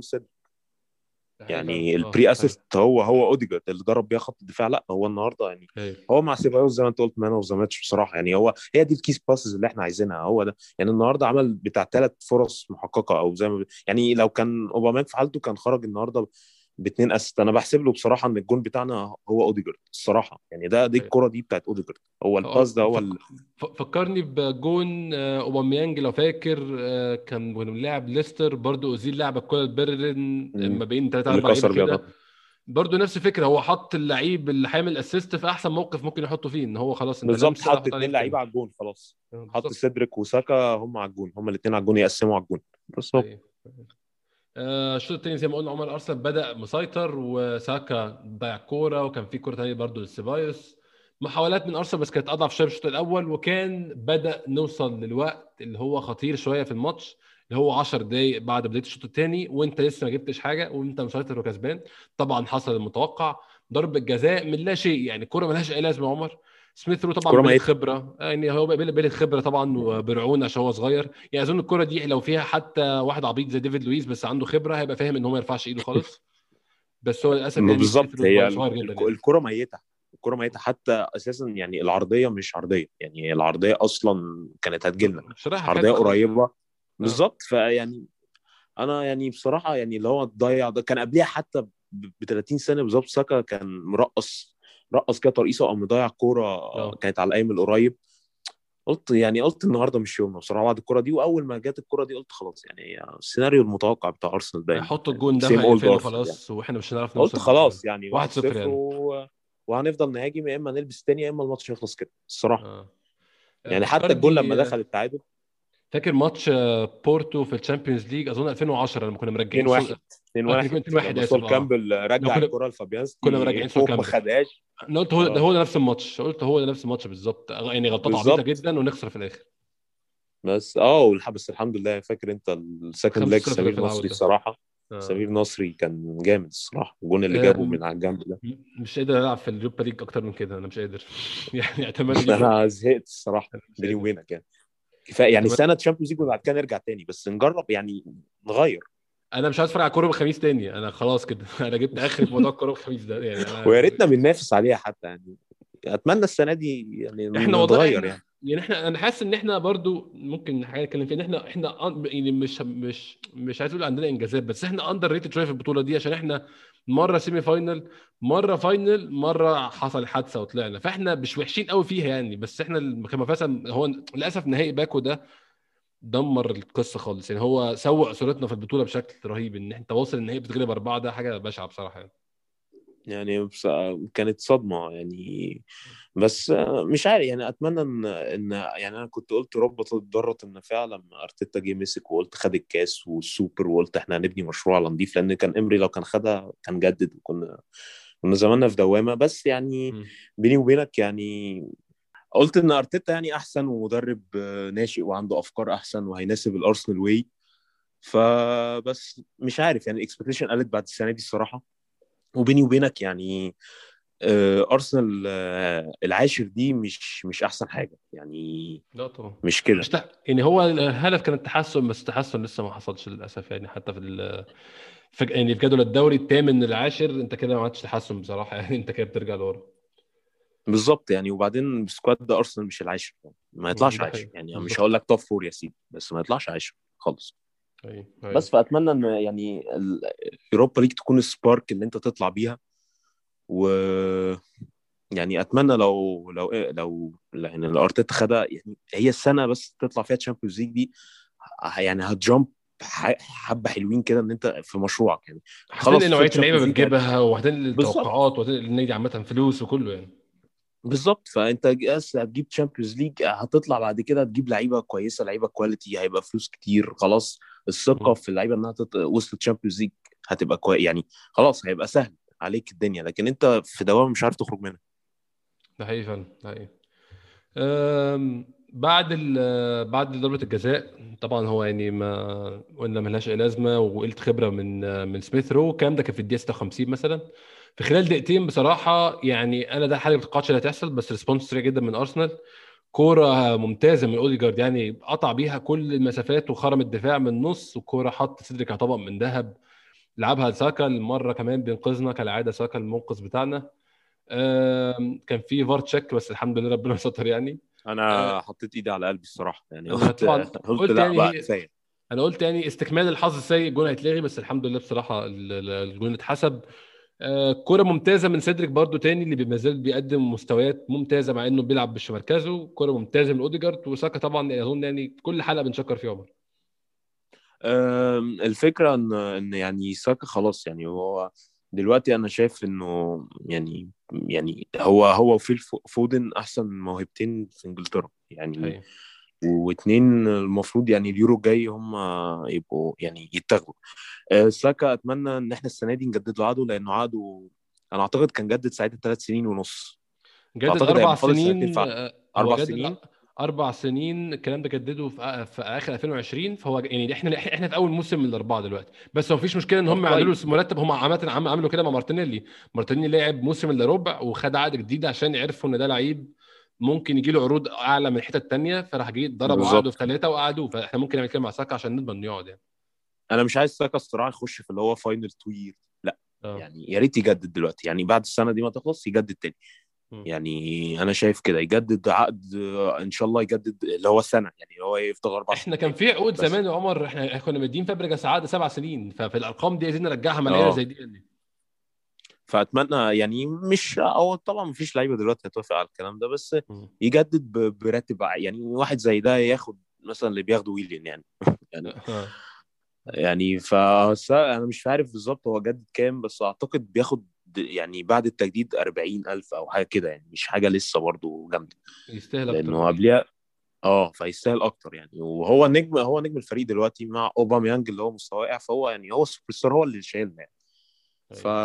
ده حقيقي فعلا. يعني اه البري هاي اسيست هو هو اوديجارد اللي ضرب بيها خط الدفاع. لا هو النهارده يعني هاي هو مع سيبايوس زي ما انت قلت مان اوف ذا ماتش بصراحه. يعني هو هي دي الكيس باسز اللي احنا عايزينها، هو ده. يعني النهارده عمل بتاع ثلاث فرص محققه، او زي ما ب... يعني لو كان اوباميانج في حالته كان خرج النهارده باثنين اسيست. انا بحسب له بصراحه ان الجون بتاعنا هو اوديجارد الصراحه، يعني ده دي هاي. الكره دي بتاعت اوديجارد، هو الباس ده أقول- هو فك... ال... ف- فكرني بجون آه، اوباميانج لو فاكر، آه، كان بنلعب ليستر برضو، اوزيل لعب الكره البيرن ما بين ثلاثة اللي اربع لعيبه كسر بيها كده، الخط. برضو نفس الفكره، هو حط اللعيب اللي حامل اسيست في احسن موقف ممكن يحطه فيه، ان هو خلاص انت بالظبط، لمسه حط حط على اتنين لعيب لعيبه تاني. على الجون خلاص. آه، حط بالظبط. سيدريك وساكا هم على الجون، هم الاثنين على الجون يقسموا على الجون. بالظبط. أيوة. آه، الشوط الثاني زي ما قلنا عمر ارسنال بدا مسيطر، وساكا ضيع كوره، وكان في كوره ثانيه برضو للسيبايوس، محاولات من ارسنال بس كانت اضعف شويه في الشوط الاول، وكان بدا نوصل للوقت اللي هو خطير شويه في الماتش، اللي هو عشر دقائق بعد بدايه الشوط الثاني وانت لسه ما جبتش حاجه وانت مسيطر وكسبان. طبعا حصل المتوقع، ضربه جزاء من لا شيء، يعني الكوره ملهاش اي لازمه يا عمر. سميث رو طبعا كره بيلد ميته. خبره، يعني هو بيلد بيلد خبره طبعا وبرعون عشان هو صغير، يعني اظن الكره دي لو فيها حتى واحد عبيط زي ديفيد لويس بس عنده خبره هيبقى فاهم ان هو ما يرفعش ايده خالص، بس هو للاسف يعني سميث بالظبط، رو هي صغير ال- صغير جدا ال- يعني. الكرة ميتة. الكرة ميتة حتى اساسا، يعني العرضية مش عرضية، يعني العرضية اصلا كانت هتجيلنا. مش رايحه في عرضية حته خالص. قريبة. اه بالظبط. فيعني انا يعني بصراحه يعني اللي هو ضيع ده كان قبليها حتى ب ثلاثين سنه بالظبط. ساكا كان مرقص رقص كده ترقيصه او مضيع كوره اه كانت على الايام القريب. قلت يعني قلت النهارده مش يومنا بصراحه بعد الكوره دي. واول ما جت الكوره دي قلت خلاص يعني السيناريو المتوقع بتاع ارسنال باين هيحطوا يعني الجون ده سيم اولد وهيقفلوا ارسنال يعني. وخلاص، واحنا مش هنعرف قلت نوصل ل خلاص يعني واحد صفر واحد صفر يعني. و... وهنفضل نهاجم يا اما نلبس تاني يا اما الماتش يخلص كده الصراحه. اه يعني حتى الجون لما فكرني، دخل التعادل فاكر ماتش آه، بورتو في الشامبيونز ليج اظن ألفين وعشرة لما كنا مرجعين سو... اتنين واحد اتنين اه كان واحد اتنين واحد لما اسف سول اه. كامبل لو رجع كنا الكره كنا لفابيانسكي مراجعين سول وما كامبل، خدهاش. انا قلت هو ده، اه هو ده نفس الماتش، قلت هو ده نفس الماتش بالظبط يعني، غلطات عبيطه بالظبط. جدا ونخسر في الاخر. بس اه والح- بس الحمد لله فاكر انت السكند ليج خمسة صفر في سمير نصري العوده. الصراحه. اه سمير نصري كان جامد الصراحه الجون اللي جابه أم، من على الجنب ده. مش قادر العب في اليوروبا ليج اكتر من كده، انا مش قادر يعني اعتمادي ليك قليل. انا زهقت الصراحه انا مش بيني قادر. وبينك يعني. كفايه يعني اعتماد... سنه تشامبيونز ليج وبعد كده نرجع تاني بس نجرب يعني نغير. انا مش عايز اتفرج على كوره بالخميس تاني، انا خلاص كده انا جبت اخري في موضوع الكوره بالخميس ده يعني ويا انا. ريتنا بننافس عليها حتى يعني. اتمنى السنه دي يعني احنا والله نتغير احنا يعني. يعني احنا انا حاسس ان احنا برضو ممكن حاجه نتكلم فيها، ان احنا احنا أن- يعني مش مش مش عايز اقول عندنا انجازات، بس احنا اندر ريتد شويه في البطوله دي، عشان احنا مره سيمي فاينل، مره فاينل، مره حصل حادثه وطلعنا، فاحنا مش وحشين قوي فيها يعني. بس احنا الم- كما مثلا هو للاسف نهائي باكو ده دمر القصه خالص يعني، هو سوء صورتنا في البطوله بشكل رهيب، ان انت واصل النهائي بتغلب اربعه، ده حاجه بشعه بصراحه يعني. يعني بس كانت صدمة يعني. بس مش عارف يعني اتمنى ان ان يعني انا كنت قلت رب تتضرط ان فعلا لما ارتيتا جه مسك وقلت خد الكاس والسوبر وقلت احنا هنبني مشروع على نضيف لان كان امري لو كان خدها كان جدد وكنا كنا زماننا في دوامة. بس يعني مم. بيني وبينك يعني قلت ان ارتيتا يعني احسن ومدرب ناشئ وعنده افكار احسن وهيناسب الارسنال واي. فبس مش عارف يعني الاكسبكتيشن قلت بعد السنة دي الصراحة. وبيني وبينك يعني آه، ارسنال آه، العاشر دي مش مش احسن حاجه يعني. لا طبعا. مش كده. مش تح... يعني هو الهدف كان التحسن، بس التحسن لسه ما حصلش للاسف يعني، حتى في ال... في يعني في جدول الدوري الثامن العاشر انت كده ما عادش تحسن بصراحه يعني انت كده بترجع لورا. بالظبط يعني. وبعدين سكواد ده ارسنال مش العاشر ما مم، يطلعش ده عاشر حقيقي يعني مش هقول بالظبط. لك توب فور يا سيدي بس ما يطلعش عاشر خالص. ايوه ايوه. بس فاتمنى ان يعني الاوروبا ليج تكون السبارك اللي انت تطلع بيها. و يعني اتمنى لو لو لو يعني لو ارتيتا خدها يعني هي السنه بس تطلع فيها تشامبيونز ليج دي يعني هتجامب ح- حبه حلوين كده ان انت في مشروعك يعني. هتنقل خلاص نوعيه خد اللعيبه تشامبيونز ليج. بتجيبها، وهتنقل بالظبط. التوقعات، وهتنقل النادي عامه فلوس وكله يعني. بالظبط فانت بس هتجيب تشامبيونز ليج هتطلع بعد كده تجيب لعيبه كويسه لعيبه كواليتي هيبقى فلوس كتير خلاص. الثقه مم. في اللعيبه انها تط... وصلت تشامبيونز ليج هتبقى كويس يعني. خلاص هيبقى سهل عليك الدنيا لكن انت في دوامه مش عارف تخرج منها. ده حقيقي فعلا، ده حقيقي. أم، بعد ال بعد ضربة الجزاء طبعا هو يعني ما قلنا ملهاش اي لازمه، وقلت خبره من من سميث رو، الكلام ده كان في الدقيقه ستة وخمسين مثلا. في خلال دقيقتين بصراحه يعني انا ده حاجه ما توقعتش انها تحصل، بس ريسبونس سريع جدا من ارسنال، كوره ممتازه من اوديجارد يعني، قطع بيها كل المسافات وخرم الدفاع من النص، وكوره حط سيدريك على طبق من ذهب، لعبها لساكا المره كمان بينقذنا كالعاده، ساكا المنقذ بتاعنا. أم، كان في فار تشيك بس الحمد لله ربنا ستر يعني. انا حطيت ايدي على قلبي الصراحه يعني انا قلت طبعا قلت قلت لا يعني بقى هي، كفايه. انا قلت يعني استكمال الحظ السيء الجون هيتلغي، بس الحمد لله بصراحه ال- ال- الجون اتحسب. آه، كرة ممتازة من سيدريك برضو تاني، اللي ما زال بيقدم مستويات ممتازة مع انه بيلعب مش في مركزه، كرة ممتازة من اوديجارد، وساكا طبعا اظن يعني كل حلقة بنشكر فيه عمر. أم، الفكرة ان ان يعني ساكا خلاص يعني هو دلوقتي انا شايف انه يعني يعني هو هو وفيل فو- فودن احسن موهبتين في انجلترا يعني. حقيقي. واتنين المفروض يعني اليورو الجاي هم يبقوا يعني يتاخدوا. أه، ساكا اتمنى ان احنا السنة دي نجدد له عقده لانه عقده انا اعتقد كان جدد ساعتها ثلاث سنين ونص. جدد فاعتقد اربع هيبقى فاضل سنتين سنين في عقده. آه، هو اربع جدد سنين. أ- اربع سنين، الكلام ده جدده في آ- في اخر ألفين وعشرين، فهو يعني احنا احنا في اول موسم من الاربعه دلوقتي، بس ما فيش مشكله ان طب هم يعدلوا كويس. المرتب، هم عامه عم عملوا كده مع مارتينيلي. مارتينيلي لعب موسم الا ربع وخد عقد جديد عشان يعرفوا ان ده لعيب ممكن يجي له عروض اعلى من الحته الثانيه، فراح جه ضربوا عقده في بالظبط. ثلاثه وقعدوه، فاحنا ممكن نعمل كده مع ساكا عشان نضمن انه يقعد يعني. انا مش عايز ساكا الصراحه يخش في اللي هو فاينل تو يير لا. اه يعني يا ريت يجدد دلوقتي يعني بعد السنه دي ما تخلص يجدد تاني. مم. يعني انا شايف كده يجدد عقد، آه، ان شاء الله يجدد اللي هو السنه، يعني هو يفضل اربع احنا كان سنين في عقود بس. زمان يا عمر، احنا كنا مدين فابريجاس عقد سبع سنين، ففي الارقام دي عايزين نرجعها مع لعيبه اه زي دي يعني. فاتمنى يعني، مش هو طبعا مفيش لعيبه دلوقتي هتوافق على الكلام ده، بس مم. يجدد ب- براتب ع- يعني واحد زي ده ياخد مثلا اللي بياخده ويليان يعني. يعني ها. يعني ف انا مش عارف بالظبط هو جدد كام، بس اعتقد بياخد يعني بعد التجديد أربعين ألف او حاجه كده، يعني مش حاجه لسه برضه جامده. يستاهل اكتر لانه طبعا. قبلها اه فيستاهل اكتر يعني، وهو نجم، هو نجم الفريق دلوقتي مع اوباميانج اللي هو مستواه واقع، فهو يعني هو السوبر ستار، هو اللي شايلنا يعني. أيوة.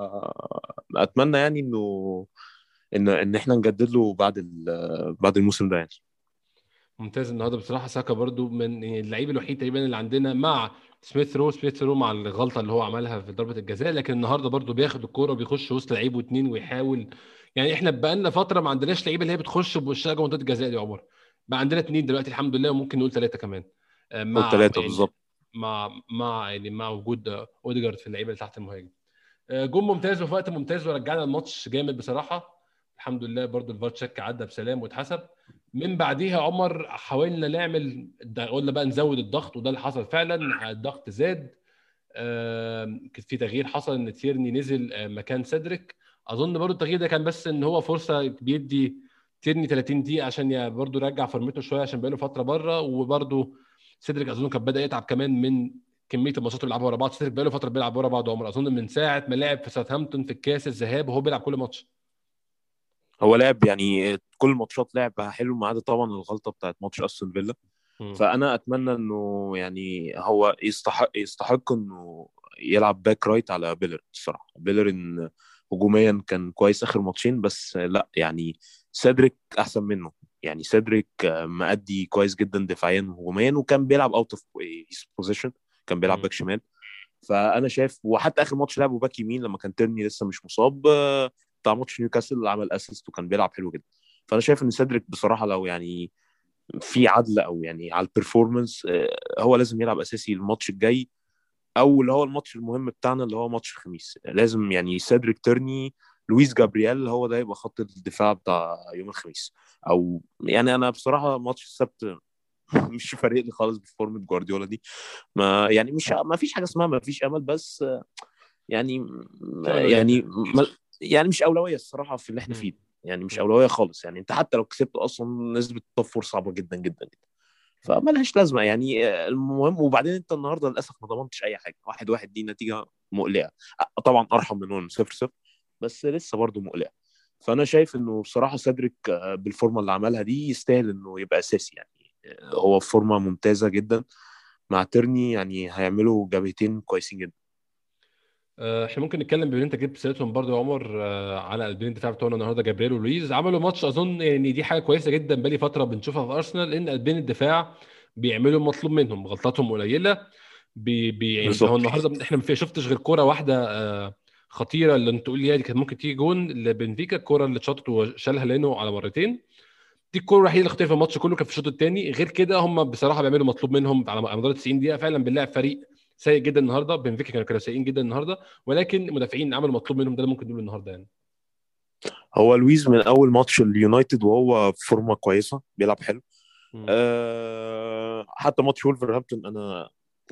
فاتمنى يعني انه ان ان احنا نجدد له بعد ال- بعد الموسم ده يعني. ممتاز النهارده بصراحه. ساكا برضو من اللعيب الوحيد تقريبا اللي عندنا مع سميث رو سميث رو مع الغلطه اللي هو عملها في ضربه الجزاء، لكن النهارده برضو بياخد الكوره وبيخش وسط لعيب واتنين ويحاول. يعني احنا بقالنا فتره ما عندناش لعيبه اللي هي بتخش بوشها جوه منطقه الجزاء دي يا عمر. بقى عندنا اتنين دلوقتي الحمد لله، وممكن نقول ثلاثه كمان. آه، او مع ثلاثه يعني بالظبط. مع مع يعني مع وجود آه، اوديجارد في اللعيبه اللي تحت المهاجم. آه، جون ممتاز وفي وقت ممتاز ورجعنا الماتش جامد بصراحه. الحمد لله برضو الفار تشيك عدى بسلام واتحسب. من بعديها عمر حاولنا نعمل ده- قلنا بقى نزود الضغط، وده اللي حصل فعلا. الضغط زاد. آم، كان في تغيير حصل ان تيرني نزل آه، مكان سيدريك. اظن برضو التغيير ده كان بس ان هو فرصه بيدي تيرني ثلاثين دقيقه عشان ي- برضو يرجع فورمته شويه عشان بقاله فتره بره. وبرضو سيدريك اظن كان بدا يتعب كمان من كميه الماتشات اللي بيلعبها ورا بعض. سيدريك بقاله فتره بيلعب ورا بعض عمر، اظن من ساعه ما لعب في ساوثهامبتون في الكاس الذهاب وهو بيلعب كل ماتش. هو لعب يعني كل الماتشات لعب حلو، ما عدا طبعا الغلطه بتاعت ماتش استون فيلا. مم. فانا اتمنى انه يعني هو يستحق يستحق انه يلعب باك رايت على بيلر. الصراحه بيلر إن هجوميا كان كويس اخر ماتشين، بس لا يعني سيدريك احسن منه. يعني سيدريك آه، مأدي كويس جدا دفاعيا وهجوميا، وكان بيلعب اوت اوف هيز بوزيشن، كان بيلعب مم. باك شمال. فانا شايف، وحتى اخر ماتش لعبه باك يمين لما كان تيرني لسه مش مصاب، آه، بتاع ماتش نيوكاسل اللي عمل اسيست وكان بيلعب حلو جدا. فانا شايف ان سيدريك بصراحه لو يعني في عدل او يعني على البرفورمانس، آه، هو لازم يلعب اساسي الماتش الجاي، او اللي هو الماتش المهم بتاعنا اللي هو ماتش الخميس. لازم يعني سيدريك تيرني، لويس جابرييل، هو ده يبقى خط الدفاع بتاع يوم الخميس. او يعني انا بصراحه ماتش السبت مش فارق لي خالص بفورمه جوارديولا دي. ما يعني مش ما فيش حاجه اسمها ما فيش امل، بس يعني في اولويات يعني يعني. ما يعني مش اولويه الصراحه في اللي احنا مم. فيه ده. يعني مش مم. اولويه خالص. يعني انت حتى لو كسبت اصلا نسبه التوفر صعبه جدا جدا جدا. فملهاش لازمه يعني. المهم، وبعدين انت النهارده للاسف ما ضمنتش اي حاجه. واحد واحد دي نتيجه مقلقه، طبعا ارحم من صفر صفر، بس لسه برضه مقلقه. فانا شايف انه بصراحه سيدريك بالفورمه اللي عملها دي يستاهل انه يبقى اساسي يعني. هو في فورمه ممتازه جدا مع ترني، يعني هيعملوا جبهتين كويسين جدا. آه، احنا ممكن نتكلم بما ان انت جبت سيرتهم برضو يا عمر آه، على قلبين الدفاع بتوعنا النهارده جابرييل ولويز. عملوا ماتش اظن يعني دي حاجه كويسه جدا بقالي فتره بنشوفها في ارسنال، ان قلبين الدفاع بيعملوا المطلوب منهم، غلطاتهم قليله. بي بي يعني هو بالظبط. النهارده احنا ما شفتش غير كوره واحده آه، خطيره اللي انت تقول لي دي كانت ممكن تيجي جون لبنفيكا، الكوره اللي اتشاطت وشالها لينو على مرتين. دي الكوره الوحيده اللي اختلف في الماتش كله كان في الشوط الثاني. غير كده هم بصراحه بيعملوا مطلوب منهم على مدار تسعين دقيقه. فعلا بنلاعب فريق سيء جدا النهارده، بنفيكا كانوا كانوا سيئين جدا النهارده، ولكن المدافعين عملوا مطلوب منهم، ده اللي ممكن نقوله النهارده يعني. هو لويز من اول ماتش اليونايتد وهو في فورمه كويسه بيلعب حلو. مم. أه حتى ماتش وولفرهامبتون انا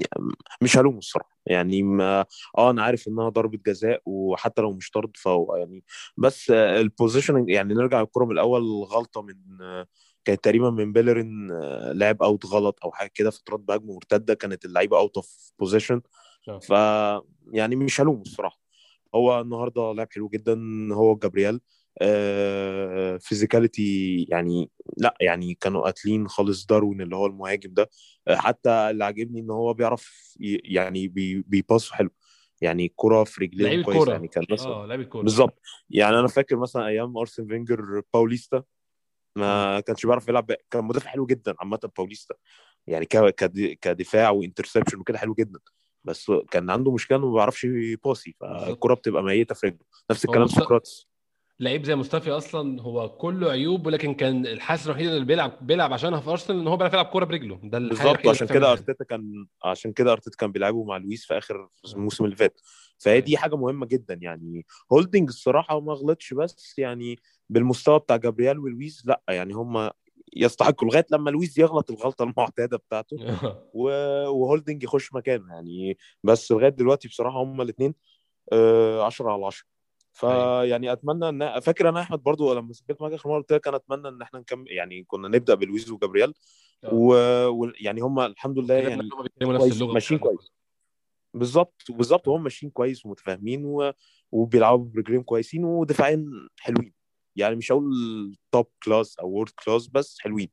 مش هلومه الصراحه يعني. ما اه انا عارف انها ضربه جزاء، وحتى لو مش طرد فهو يعني، بس آه البوزيشن يعني نرجع الكره من الاول. غلطه من آه كانت تقريبا من بيلرين، آه لعب اوت غلط او حاجه كده، فترات بهجمه مرتده كانت اللعيبه اوت اوف بوزيشن. آه. ف يعني مش هلومه الصراحه. هو النهارده لعب حلو جدا، هو جابرييل. آه فيزيكاليتي يعني، لا يعني كانوا قاتلين خالص داروين اللي هو المهاجم ده. آه حتى اللي عاجبني ان هو بيعرف ي- يعني بي بيباصوا حلو، يعني الكرة في رجليهم لعيب كويس يعني. الكوره، كان مثلا اه لعيب الكوره. بالظبط. يعني انا فاكر مثلا ايام ارسن فينجر باوليستا مم. ما كانش بيعرف يلعب ب- كان مدافع حلو جدا عامه باوليستا. يعني ك- كد- كدفاع وانترسبشن وكده حلو جدا، بس كان عنده مشكله انه ما بيعرفش يباصي، فالكرة بالظبط. بتبقى ميته في رجله. نفس هو الكلام مست... سقراطس. لعيب زي مصطفى اصلا هو كله عيوب، ولكن كان الحاسه الوحيده اللي بيلعب بيلعب عشانها في ارسنال ان هو بيعرف يلعب كوره برجله، ده الحاجه بالظبط. الوحيده اللي وعشان بيعرف كده يعملها يعني. ارتيتا كان عشان كده ارتيتا كان بيلعبه مع لويس في اخر مم. الموسم اللي فات. فهي أيوة. دي حاجه مهمه جدا يعني. هولدنج الصراحه ما غلطش، بس يعني بالمستوى بتاع جابرييل ولويز لا يعني هم يستحقوا لغايه لما لويز يغلط الغلطه المعتاده بتاعته و- وهولدنج يخش مكانه يعني. بس لغايه دلوقتي بصراحه هم الاثنين عشرة على عشرة. ايوه. فيعني اتمنى ان فاكر انا احمد برضو لما سجلت معاك اخر مره قلت لك انا اتمنى ان احنا نكمل يعني كنا نبدا بلويز وجابرييل اه، ويعني و... يعني هم الحمد لله وكتبنا ان يعني هم بيتكلموا نفس كويس اللغه ماشيين والكلام ده كله. كويس. بالظبط بالظبط وهم ماشيين كويس ومتفاهمين و... وبيلعبوا برجليهم كويسين ودفاعين حلوين. يعني مش هقول توب كلاس او وورد كلاس بس حلوين.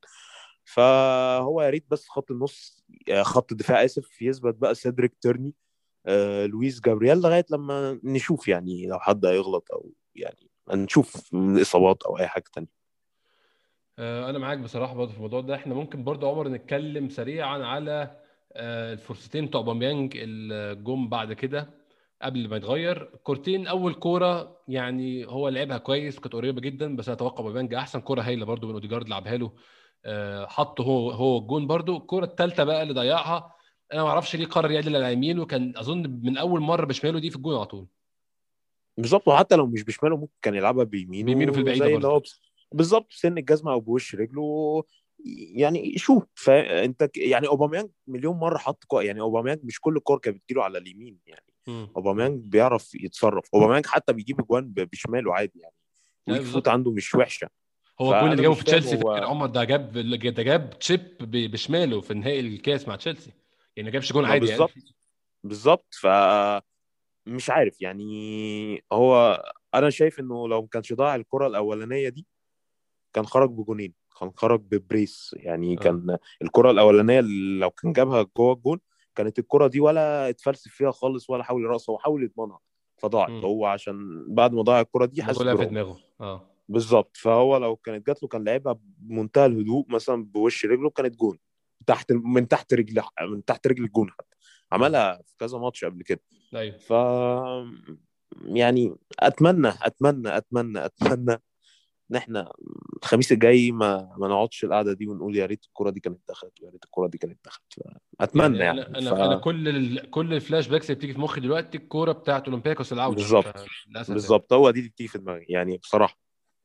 فهو يا ريت بس خط النص خط الدفاع اسف يثبت بقى سيدريك تيرني آه، لويس جابرييل لغايه لما نشوف يعني لو حد هيغلط او يعني نشوف من الاصابات او اي حاجه تانية. آه، انا معاك بصراحه برضه في الموضوع ده. احنا ممكن برضه عمر نتكلم سريعا على آه، الفرصتين بتوع اوباميانج الجم بعد كده قبل ما يتغير كورتين. اول كوره يعني هو لعبها كويس وكانت قريبه جدا، بس انا اتوقع اوباميانج احسن كوره هايله برضه من اوديجارد لعبها له، آه، حطه هو هو الجون برضه. الكوره الثالثه بقى اللي ضيعها انا ما اعرفش ليه قرر يعدل على يمينه، كان اظن من اول مره بشماله دي في الجون على طول. بالظبط وحتى لو مش بشماله ممكن كان يلعبها بيمينه في بيمينه البعيده زي اللي برضه. هو بس- بالظبط سن الجزمه او بوش رجله. يعني شوف فانت ك- يعني اوباميانج مليون مره حط كو يعني اوباميانج مش كل الكور كانت بتجيله على اليمين يعني. امم امم اوباميانج بيعرف يتصرف اوباميانج حتى بيجيب اجوان ب- بشماله عادي يعني. ايوه ويك فوت بالظبط. عنده مش وحشه. هو الجون اللي فانا جابه مش في فاهم تشيلسي فاكر هو عمر، ده جاب ده جاب تشيب ب- بشماله في نهائي الكاس مع تشيلسي، يعني ما جابش جون ما عادي يعني. بالظبط بالظبط فمش عارف يعني هو انا شايف انه لو ما كانش ضاع الكره الاولانيه دي كان خرج بجونين كان خرج ببريس يعني اه. كان الكره الاولانيه اللي لو كان جابها جوه الجون كانت الكره دي ولا اتفلسف فيها خالص ولا حاول يرقصها هو حاول يضمنها فضاعت امم هو عشان بعد ما ضاع الكره دي الموضوع حس لعب في برعب. دماغه. اه. بالظبط فهو لو كانت جات له كان لعبها بمنتهى الهدوء مثلا بوش رجله كانت جون تحت من تحت رجل من تحت رجل الجون حتى امم عملها في كذا ماتش قبل كده. ايوه. ف يعني اتمنى اتمنى اتمنى اتمنى ان احنا الخميس الجاي ما ما نقعدش القعده دي ونقول يا ريت الكره دي كانت دخلت ويا ريت الكره دي كانت دخلت. اتمنى يعني يعني انا ف انا انا كل ال... كل الفلاش باكس اللي بتيجي في مخي دلوقتي الكوره بتاعت اولمبياكوس العوده، بالظبط فللاسف يعني. بالظبط هو دي اللي بتيجي في دماغي يعني بصراحه.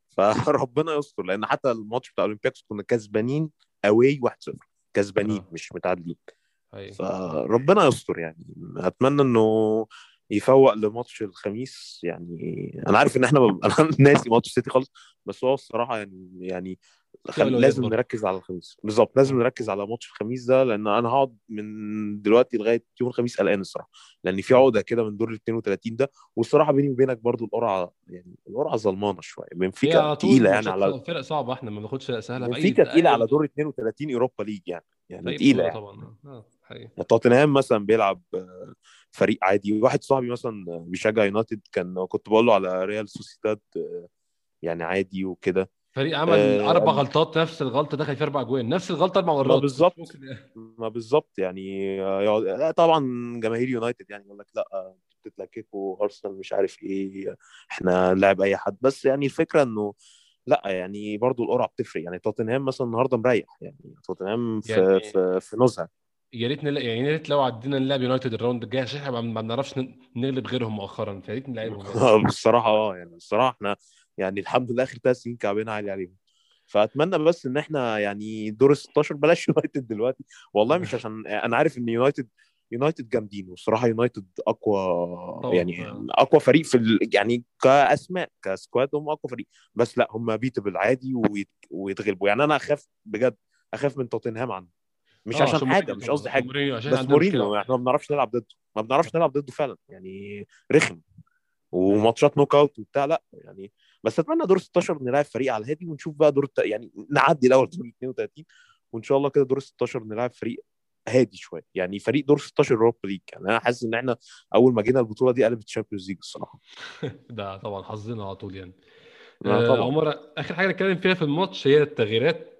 فربنا يستر لان حتى الماتش بتاع اولمبياكس كنا كسبانين اواي واحد صفر كسبانين اه. مش متعادلين. ايوه. فربنا يستر يعني اتمنى انه يفوق لماتش الخميس يعني. انا عارف ان احنا انا ناسي ماتش سيتي خالص بس هو الصراحه يعني يعني في خل... اولويات لازم برضه. نركز على الخميس بالظبط لازم مم. نركز على ماتش الخميس ده لان انا هقعد من دلوقتي لغايه يوم الخميس قلقان الصراحه. لان في مم. عقده كده من دور ال اثنين وثلاثين ده. والصراحه بيني وبينك برضو القرعه يعني القرعه ظلمانه شويه هي بنفيكا على طول تقيله يعني ماتشات على صعبة، فرق صعبه، احنا ما بناخدش سهله في اي بنفيكا في تقيله اي على بطوله. دور اثنين وثلاثين اوروبا ليج يعني في يعني اي تقيله بطوله يعني. طبعا. اه حقيقي. توتنهام مثلا بيلعب آه، فريق عادي. واحد صاحبي مثلا بيشجع يونايتد كان كنت بقول له على ريال سوسيداد آه، يعني عادي وكده. فريق عمل آه، اربع قال غلطات، نفس الغلطه دخل في اربع جوان، نفس الغلطه اربع ما مرات، مش بالظبط ممكن يعني. ما بالظبط يعني آه، يقعد لا طبعا جماهير يونايتد يعني يقول لك لا آه، بتتلككوا ارسنال مش عارف ايه احنا نلعب اي حد بس يعني الفكره انه لا يعني برضو القرعه بتفرق يعني توتنهام مثلا النهارده مريح يعني توتنهام في يعني في في نزهه. يا ريت نلا... يعني يا ريت لو عدينا نلعب يونايتد الراوند الجاي، عشان احنا ما ما بنعرفش ن- نغلب غيرهم مؤخرا، فيا ريت نلعبهم يعني. بصراحه اه يعني الصراحه احنا يعني الحمد لله اخر ثلاث سنين كعبنا عالي عليهم. فاتمنى بس ان احنا يعني دور ال ستاشر بلاش يونايتد دلوقتي. والله مش عشان انا عارف ان يونايتد يونايتد جامدين والصراحه يونايتد اقوى طبعا. يعني آه. اقوى فريق في ال... يعني كاسماء كسكواد هم اقوى فريق. بس لا هم بيتبل عادي ويت... ويتغلبوا يعني انا اخاف بجد اخاف من توتنهام عنه. مش اه عشان عشان حاجه مورينيو مش طبعا، قصدي عشان حاجه. مورينيو، عشان بس عندنا مشكله مورينيو معاه. احنا ما بنعرفش نلعب ضده ما بنعرفش نلعب ضده فعلا يعني رخم. ايوه. وماتشات نوك اوت وبتاع لا يعني. بس اتمنى دور ستاشر نلعب فريق على الهادي ونشوف بقى دور الت... يعني نعدي الاول دور اثنين وثلاثين. وان شاء الله كده دور ستاشر نلعب فريق هادي شويه يعني فريق دور ستاشر اوروبا ليج يعني انا حاسس ان احنا اول ما جينا البطوله دي قلبت الشامبيونز ليج الصراحه. ده طبعا حظنا على طول يعني. اه آه طبعا عمر، اخر حاجه نتكلم فيها في الماتش هي التغييرات.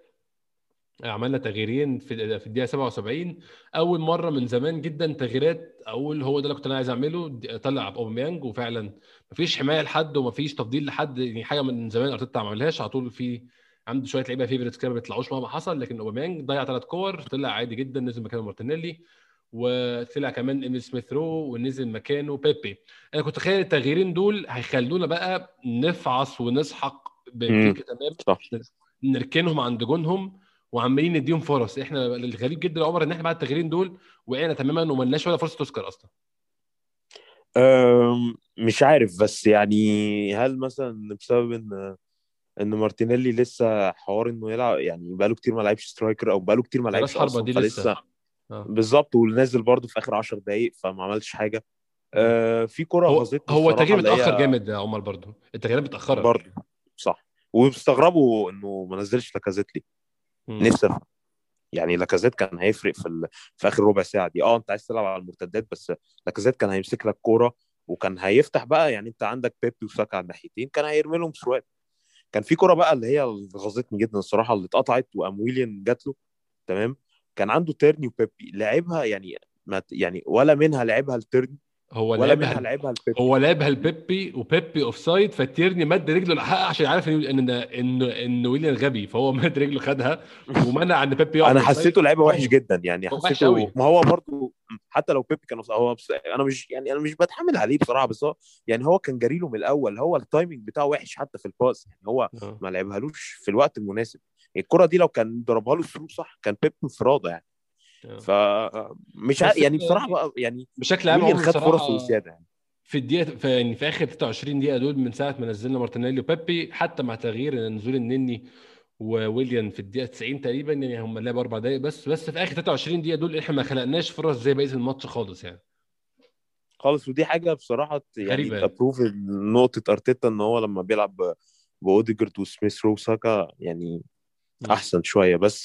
عملنا تغييرين في في الدقيقه سبعة وسبعين، اول مره من زمان جدا تغييرات اقول هو ده اللي كنت انا عايز اعمله. د- طلع اوباميانج، وفعلا مفيش حمايه لحد ومفيش تفضيل لحد، يعني حاجه من زمان ارتيتا ما عملهاش. على طول في عنده شويه لعيبه فيفرتس كده ما بيطلعوش مهما حصل، لكن اوباميانج ضيع ثلاث كور طلع عادي جدا، نزل مكانه مارتينيلي، وطلع كمان ايميل سميث رو ونزل مكانه بيبي. انا كنت تخيل التغييرين دول هيخلونا بقى نفعص ونسحق امم بنفيكا تمام، صح. نركنهم عند جونهم وعمالين نديهم فرص. احنا الغريب جدا يا عمر ان احنا بعد التغييرين دول وقعنا تماما وملناش ولا فرصه تذكر اصلا. أم، مش عارف، بس يعني هل مثلا بسبب ان ان مارتينيلي لسه حوار انه يلعب، يعني بقاله كتير ما لعبش سترايكر، او بقاله كتير ما ده راس لعبش حربه اصلا دي لسه. فلسه. اه. بالظبط، ونازل برضه في اخر عشر دقايق فما عملش حاجه. مم. أه في كرة هو غاظتني هو الصراحه التغيير اللي متاخر هي جامد يا عمر، برضو التغييرات متاخره. برضه. صح. ومستغربوا انه ما نزلش لاكازيت ليه. مم. نفسي أفهم. يعني لاكازيت كان هيفرق في ال... في اخر ربع ساعه دي. اه انت عايز تلعب على المرتدات، بس لاكازيت كان هيمسك لك كوره وكان هيفتح بقى. يعني انت عندك بيبي وساكا على الناحيتين، كان هيرمي لهم سروات. كان في كوره بقى اللي هي اللي غاظتني جدا الصراحه، اللي اتقطعت وام ويليان جات له. تمام. كان عنده تيرني وبيبي لعبها، يعني ما يعني ولا منها لعبها لتيرني هو ولا لعبها منها ال- لعبها لبيبي. هو لعبها لبيبي وبيبي اوف سايد، فتيرني مد رجله لحقها عشان عارف ان ان ان ان ويليام غبي، فهو مد رجله خدها ومنع ان بيبي يقف انا اوف سايد. حسيته لعيبه وحش هو جدا، يعني هو وحش حسيته. قوي. ما هو برضو حتى لو بيبي كان هو بس انا مش يعني انا مش بتحمل عليه بصراحه، بس هو يعني هو كان جري له من الاول. هو التايمنج بتاعه وحش حتى في الباس، يعني هو اه. ما لعبهالوش في الوقت المناسب. الكره دي لو كان ضربها له ثرو صح كان بيبي انفراده يعني. اه. فمش عارف بس يعني انت بصراحه بقى يعني. بشكل عام ويليان عمر خد بصراحه، فرص وزياده يعني. في الدقيقه في يعني في اخر ستة وعشرين دقيقه دول من ساعه ما نزلنا مارتينيلي وبيبي، حتى مع تغيير نزول النني وويليام في الدقيقه تسعين تقريبا، يعني هم لعبوا اربع دقائق بس بس في اخر ثلاثة وعشرين دقيقه دول احنا ما خلقناش فرص زي بقيه الماتش خالص يعني. خالص. ودي حاجه بصراحه يعني غريبه يعني. تابروف نقطه ارتيتا ان هو لما بيلعب باوديجارد وسميث رو ساكا يعني مم. احسن شويه. بس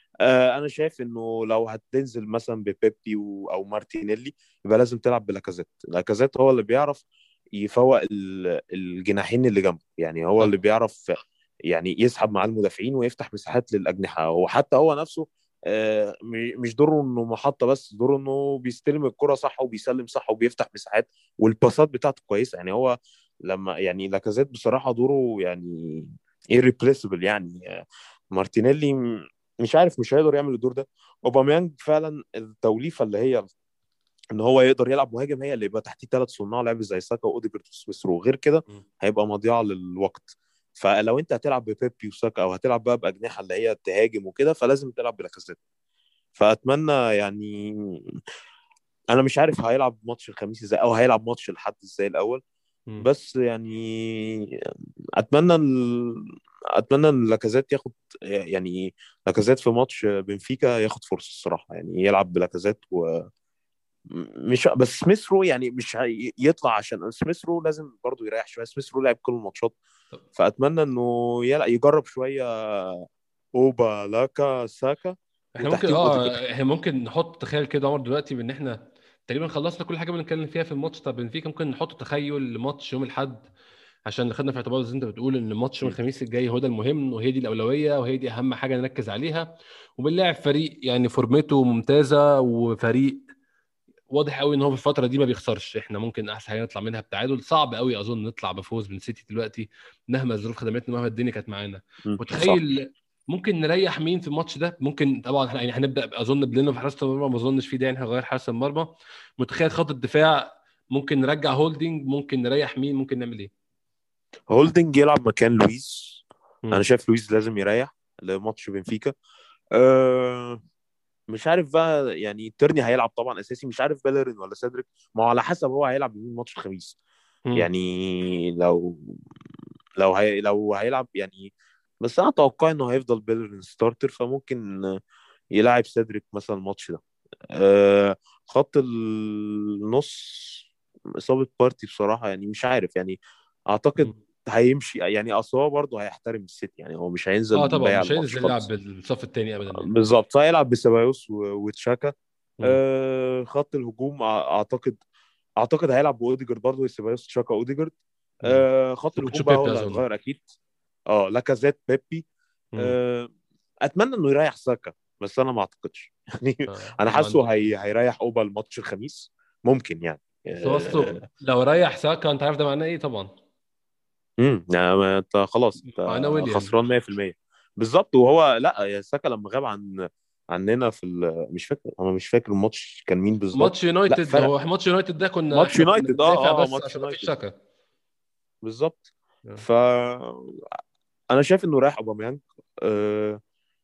آه انا شايف انه لو هتنزل مثلا ببيبي و- او مارتينيلي يبقى لازم تلعب بلاكازيت. لاكازيت هو اللي بيعرف يفوق ال- الجناحين اللي جنبه، يعني هو اللي صح. بيعرف يعني يسحب مع المدافعين ويفتح مساحات للاجنحه. هو حتى هو نفسه آه، م- مش دوره انه محطه، بس دوره انه بيستلم الكره صح وبيسلم صح وبيفتح مساحات والباسات بتاعته كويسه. يعني هو لما يعني لاكازيت بصراحه دوره يعني irreplaceable يعني. آه، مارتينيلي م- مش عارف، مش هيقدر يعمل الدور ده. اوباميانج فعلا التوليفه اللي هي ان هو يقدر يلعب مهاجم، هي اللي يبقى تحتيه ثلاث صناع لعب زي ساكا واوديجارد وسميث رو. غير كده مم. هيبقى مضيعه للوقت. فلو انت هتلعب ببيبي وساكا او هتلعب بقى باجنحه اللي هي تهاجم وكده فلازم تلعب بلاكازيت. فاتمنى يعني. انا مش عارف هيلعب ماتش الخميس ازاي او هيلعب ماتش الحد ازاي الاول. مم. بس يعني اتمنى ال... اتمنى ان لاكازيت ياخد، يعني لاكازيت في ماتش بنفيكا ياخد فرصه الصراحه، يعني يلعب بلاكازيت و مش بس سميث رو يعني مش هي- يطلع، عشان سميث رو لازم برضه يريح شويه. سميث رو لعب كل الماتشات. طب فاتمنى انه يلع- يجرب شويه اوبا لاكا ساكا احنا ممكن وتحتيهم اه اوديجارد. احنا ممكن نحط تخيل كده يا عمر دلوقتي بان احنا تقريبا خلصنا كل حاجه بنتكلم فيها في الماتش. طب بنفيكا ممكن نحط تخيل لماتش يوم الاحد، عشان خدنا في اعتبار زي ما انت بتقول ان ماتش يوم م. الخميس الجاي هو ده المهم وهي دي الاولويه وهي دي اهم حاجه نركز عليها. وبنلاعب فريق يعني فورمته ممتازه وفريق واضح قوي ان هو في الفتره دي ما بيخسرش. احنا ممكن احسن حاجه نطلع منها بتعادل، صعب قوي اظن نطلع بفوز من سيتي دلوقتي مهما الظروف خدمتنا مهما الدنيا كانت معانا. م. صح. متخيل ممكن نريح مين في الماتش ده؟ ممكن طبعا احنا يعني هنبدا اظن بلينو في حراسه المرمى، ما اظنش في داعي ان احنا نغير حارس المرمى. متخيل خط الدفاع ممكن نرجع هولدنج، ممكن نريح مين، ممكن نعمل ايه؟ هولدنج يلعب مكان لويس. انا مم. شايف لويس لازم يريح لماتش بنفيكا. أه مش عارف بقى، يعني ترني هيلعب طبعا اساسي. مش عارف بيلرين ولا سيدريك، ما هو على حسب هو هيلعب مين ماتش الخميس. مم. يعني لو لو هي لو هيلعب يعني. بس انا اتوقع انه هيفضل بيلرين ستارتر، فممكن يلعب سيدريك مثلا الماتش ده. أه خط النص اصابه بارتي بصراحه، يعني مش عارف يعني. اعتقد مم. هيمشي، يعني اصل هو برضه هيحترم السيتي، يعني هو مش هينزل اه طبعا بايع مش الماتش هينزل يلعب خالص. بالصف الثاني ابدا يعني. بالظبط، فهيلعب بسيبايوس و- وتشاكا. مم. أه خط الهجوم أع- اعتقد اعتقد هيلعب باوديجارد برضه، سيبايوس تشاكا اوديجارد. مم. أه خط ممكن الهجوم تشوف بقى هو بيبي اللي اظن. هيتغير اكيد. اه لاكازيت بيبي. مم. أه اتمنى انه يريح ساكا، بس انا ما اعتقدش يعني. آه. انا ما حاسه عندوش. هي... هيريح اوبا الماتش الخميس ممكن يعني. بس هو اصله أه... لو ريح ساكا انت عارف ده معناه ايه طبعا. امم يعني ما انت خلاص انت معناه ويليان. خسران مية في المية. بالظبط. وهو لا يا ساكا لما غاب عن عننا في ال... مش فاكر، انا مش فاكر الماتش كان مين بالظبط. ماتش لا يونايتد، فرق. هو ماتش يونايتد ده كنا ماتش احنا كنا يونايتد، بندافع اه اه بس ماتش عشان ما فيش يونايتد. ساكا. بالظبط. آه. ف انا شايف انه رايح اوباميانج. أه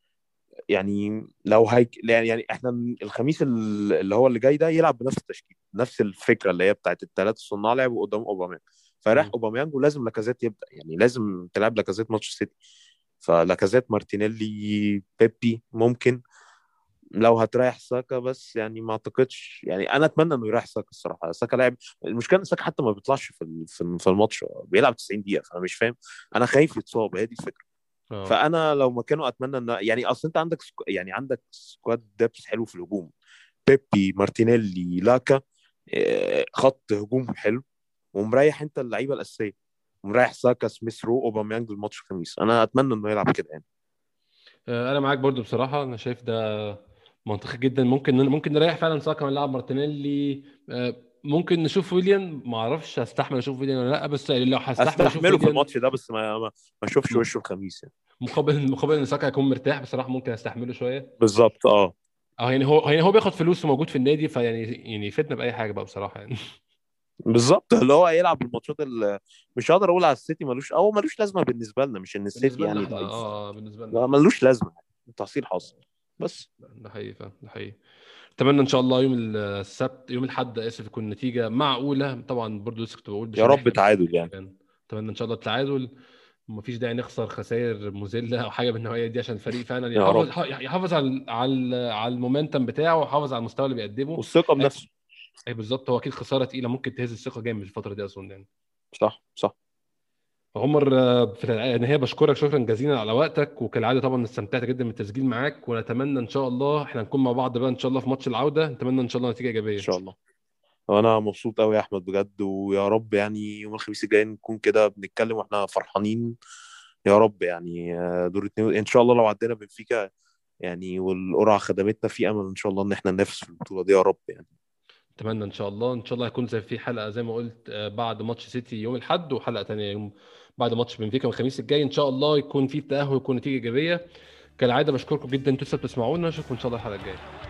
يعني لو هيك يعني يعني احنا الخميس ال- اللي هو اللي جاي ده يلعب بنفس التشكيل، نفس الفكره اللي هي بتاعت الثلاثه صناع لعب قدام اوباميانج. فراح مم. اوباميانج ولازم لاكازيت يبدا، يعني لازم تلعب لاكازيت ماتش سيتي. فلاكازيت، مارتينيلي، بيبي ممكن. لو هتريح ساكا بس يعني ما اعتقدش، يعني انا اتمنى انه يريح ساكا الصراحه. ساكا لاعب، المشكله ان ساكا حتى ما بيطلعش في ال- في في الماتش، بيلعب تسعين دقيقه، فانا مش فاهم. انا خايف يتصاب، هي دي الفكره. اه فانا لو مكانه اتمنى ان يعني اصل انت عندك سكو... يعني عندك سكواد دبس حلو في الهجوم. بيبي، مارتينيلي، لاكا، آه، خط هجوم حلو. ومريح انت اللعيبه الاساسيه، ومريح ساكا، سميث رو، اوباميانج الماتش الخميس. انا اتمنى انه يلعب كده يعني. آه، انا معاك برضو بصراحه، انا شايف ده منطقي جدا. ممكن ممكن نريح فعلا ساكا ونلعب مارتينيلي. آه، ممكن نشوف ويليان، ما اعرفش هستحمل اشوف ويليان ولا لا، بس لو هستحمل اشوف استحمله في ويليان الماتش ده، بس ما ما, ما اشوفش م- وشه الخميس يعني. مقابل مقابل ان ساكا يكون مرتاح بصراحه، ممكن استحمله شويه. بالظبط اه. اه يعني هو يعني هو بياخد فلوس وموجود في النادي، فيعني يعني يفيدنا باي حاجه بقى بصراحه يعني. بالظبط، اللي هو هيلعب الماتشات اللي مش هقدر اقول على السيتي ملوش، او ملوش لازمه بالنسبه لنا، مش ان السيتي بالنسبه لنا يعني احنا ضعيف. اه بالنسبه لنا لا احنا. ملوش لازمه، تحصيل حاصل بس. ده حقيقي فعلا، ده حقيقي. اتمنى ان شاء الله يوم السبت، يوم الاحد اسف، يكون نتيجه معقوله. طبعا برضو لسه كنت بقول مش يا رب هنحلم تعادل يعني. يعني. اتمنى ان شاء الله التعادل، ومفيش داعي نخسر خسائر مذله او حاجه بالنوعيه دي، عشان الفريق فعلا يا يحافظ رب. يحافظ على على على المومنتم بتاعه، ويحافظ على المستوى اللي بيقدمه. والثقه اي بنفسه. أي بالظبط، هو اكيد خساره تقيله ممكن تهز الثقه جامد الفتره دي اظن يعني. صح صح. عمر، آه، في النهايه بشكرك شكرا جزيلا على وقتك، وكالعاده طبعا استمتعت جدا بالتسجيل معاك، ونتمنى ان شاء الله احنا نكون مع بعض بقى ان شاء الله في ماتش العوده. نتمنى ان شاء الله نتيجه ان ايجابيه. شاء الله. وانا مبسوط قوي يا احمد بجد، ويا رب يعني يوم الخميس الجاي نكون كده بنتكلم واحنا فرحانين. يا رب يعني آه، دور اتنين ان شاء الله لو عدينا بنفيكا يعني، والقرعه خدمتنا، في امل ان شاء الله ان احنا ننافس في البطوله دي، يا رب يعني. اتمنى ان شاء الله. ان شاء الله هيكون زي في حلقه زي ما قلت، آه، بعد ماتش سيتي يوم الاحد، وحلقه تانية يوم بعد ماتش بنفيكا يوم الخميس الجاي. ان شاء الله يكون في تاهل ويكون نتيجه ايجابيه. كالعاده بشكركم جدا انتوا لسه بتسمعونا. اشوفكم ان شاء الله الحلقه الجايه.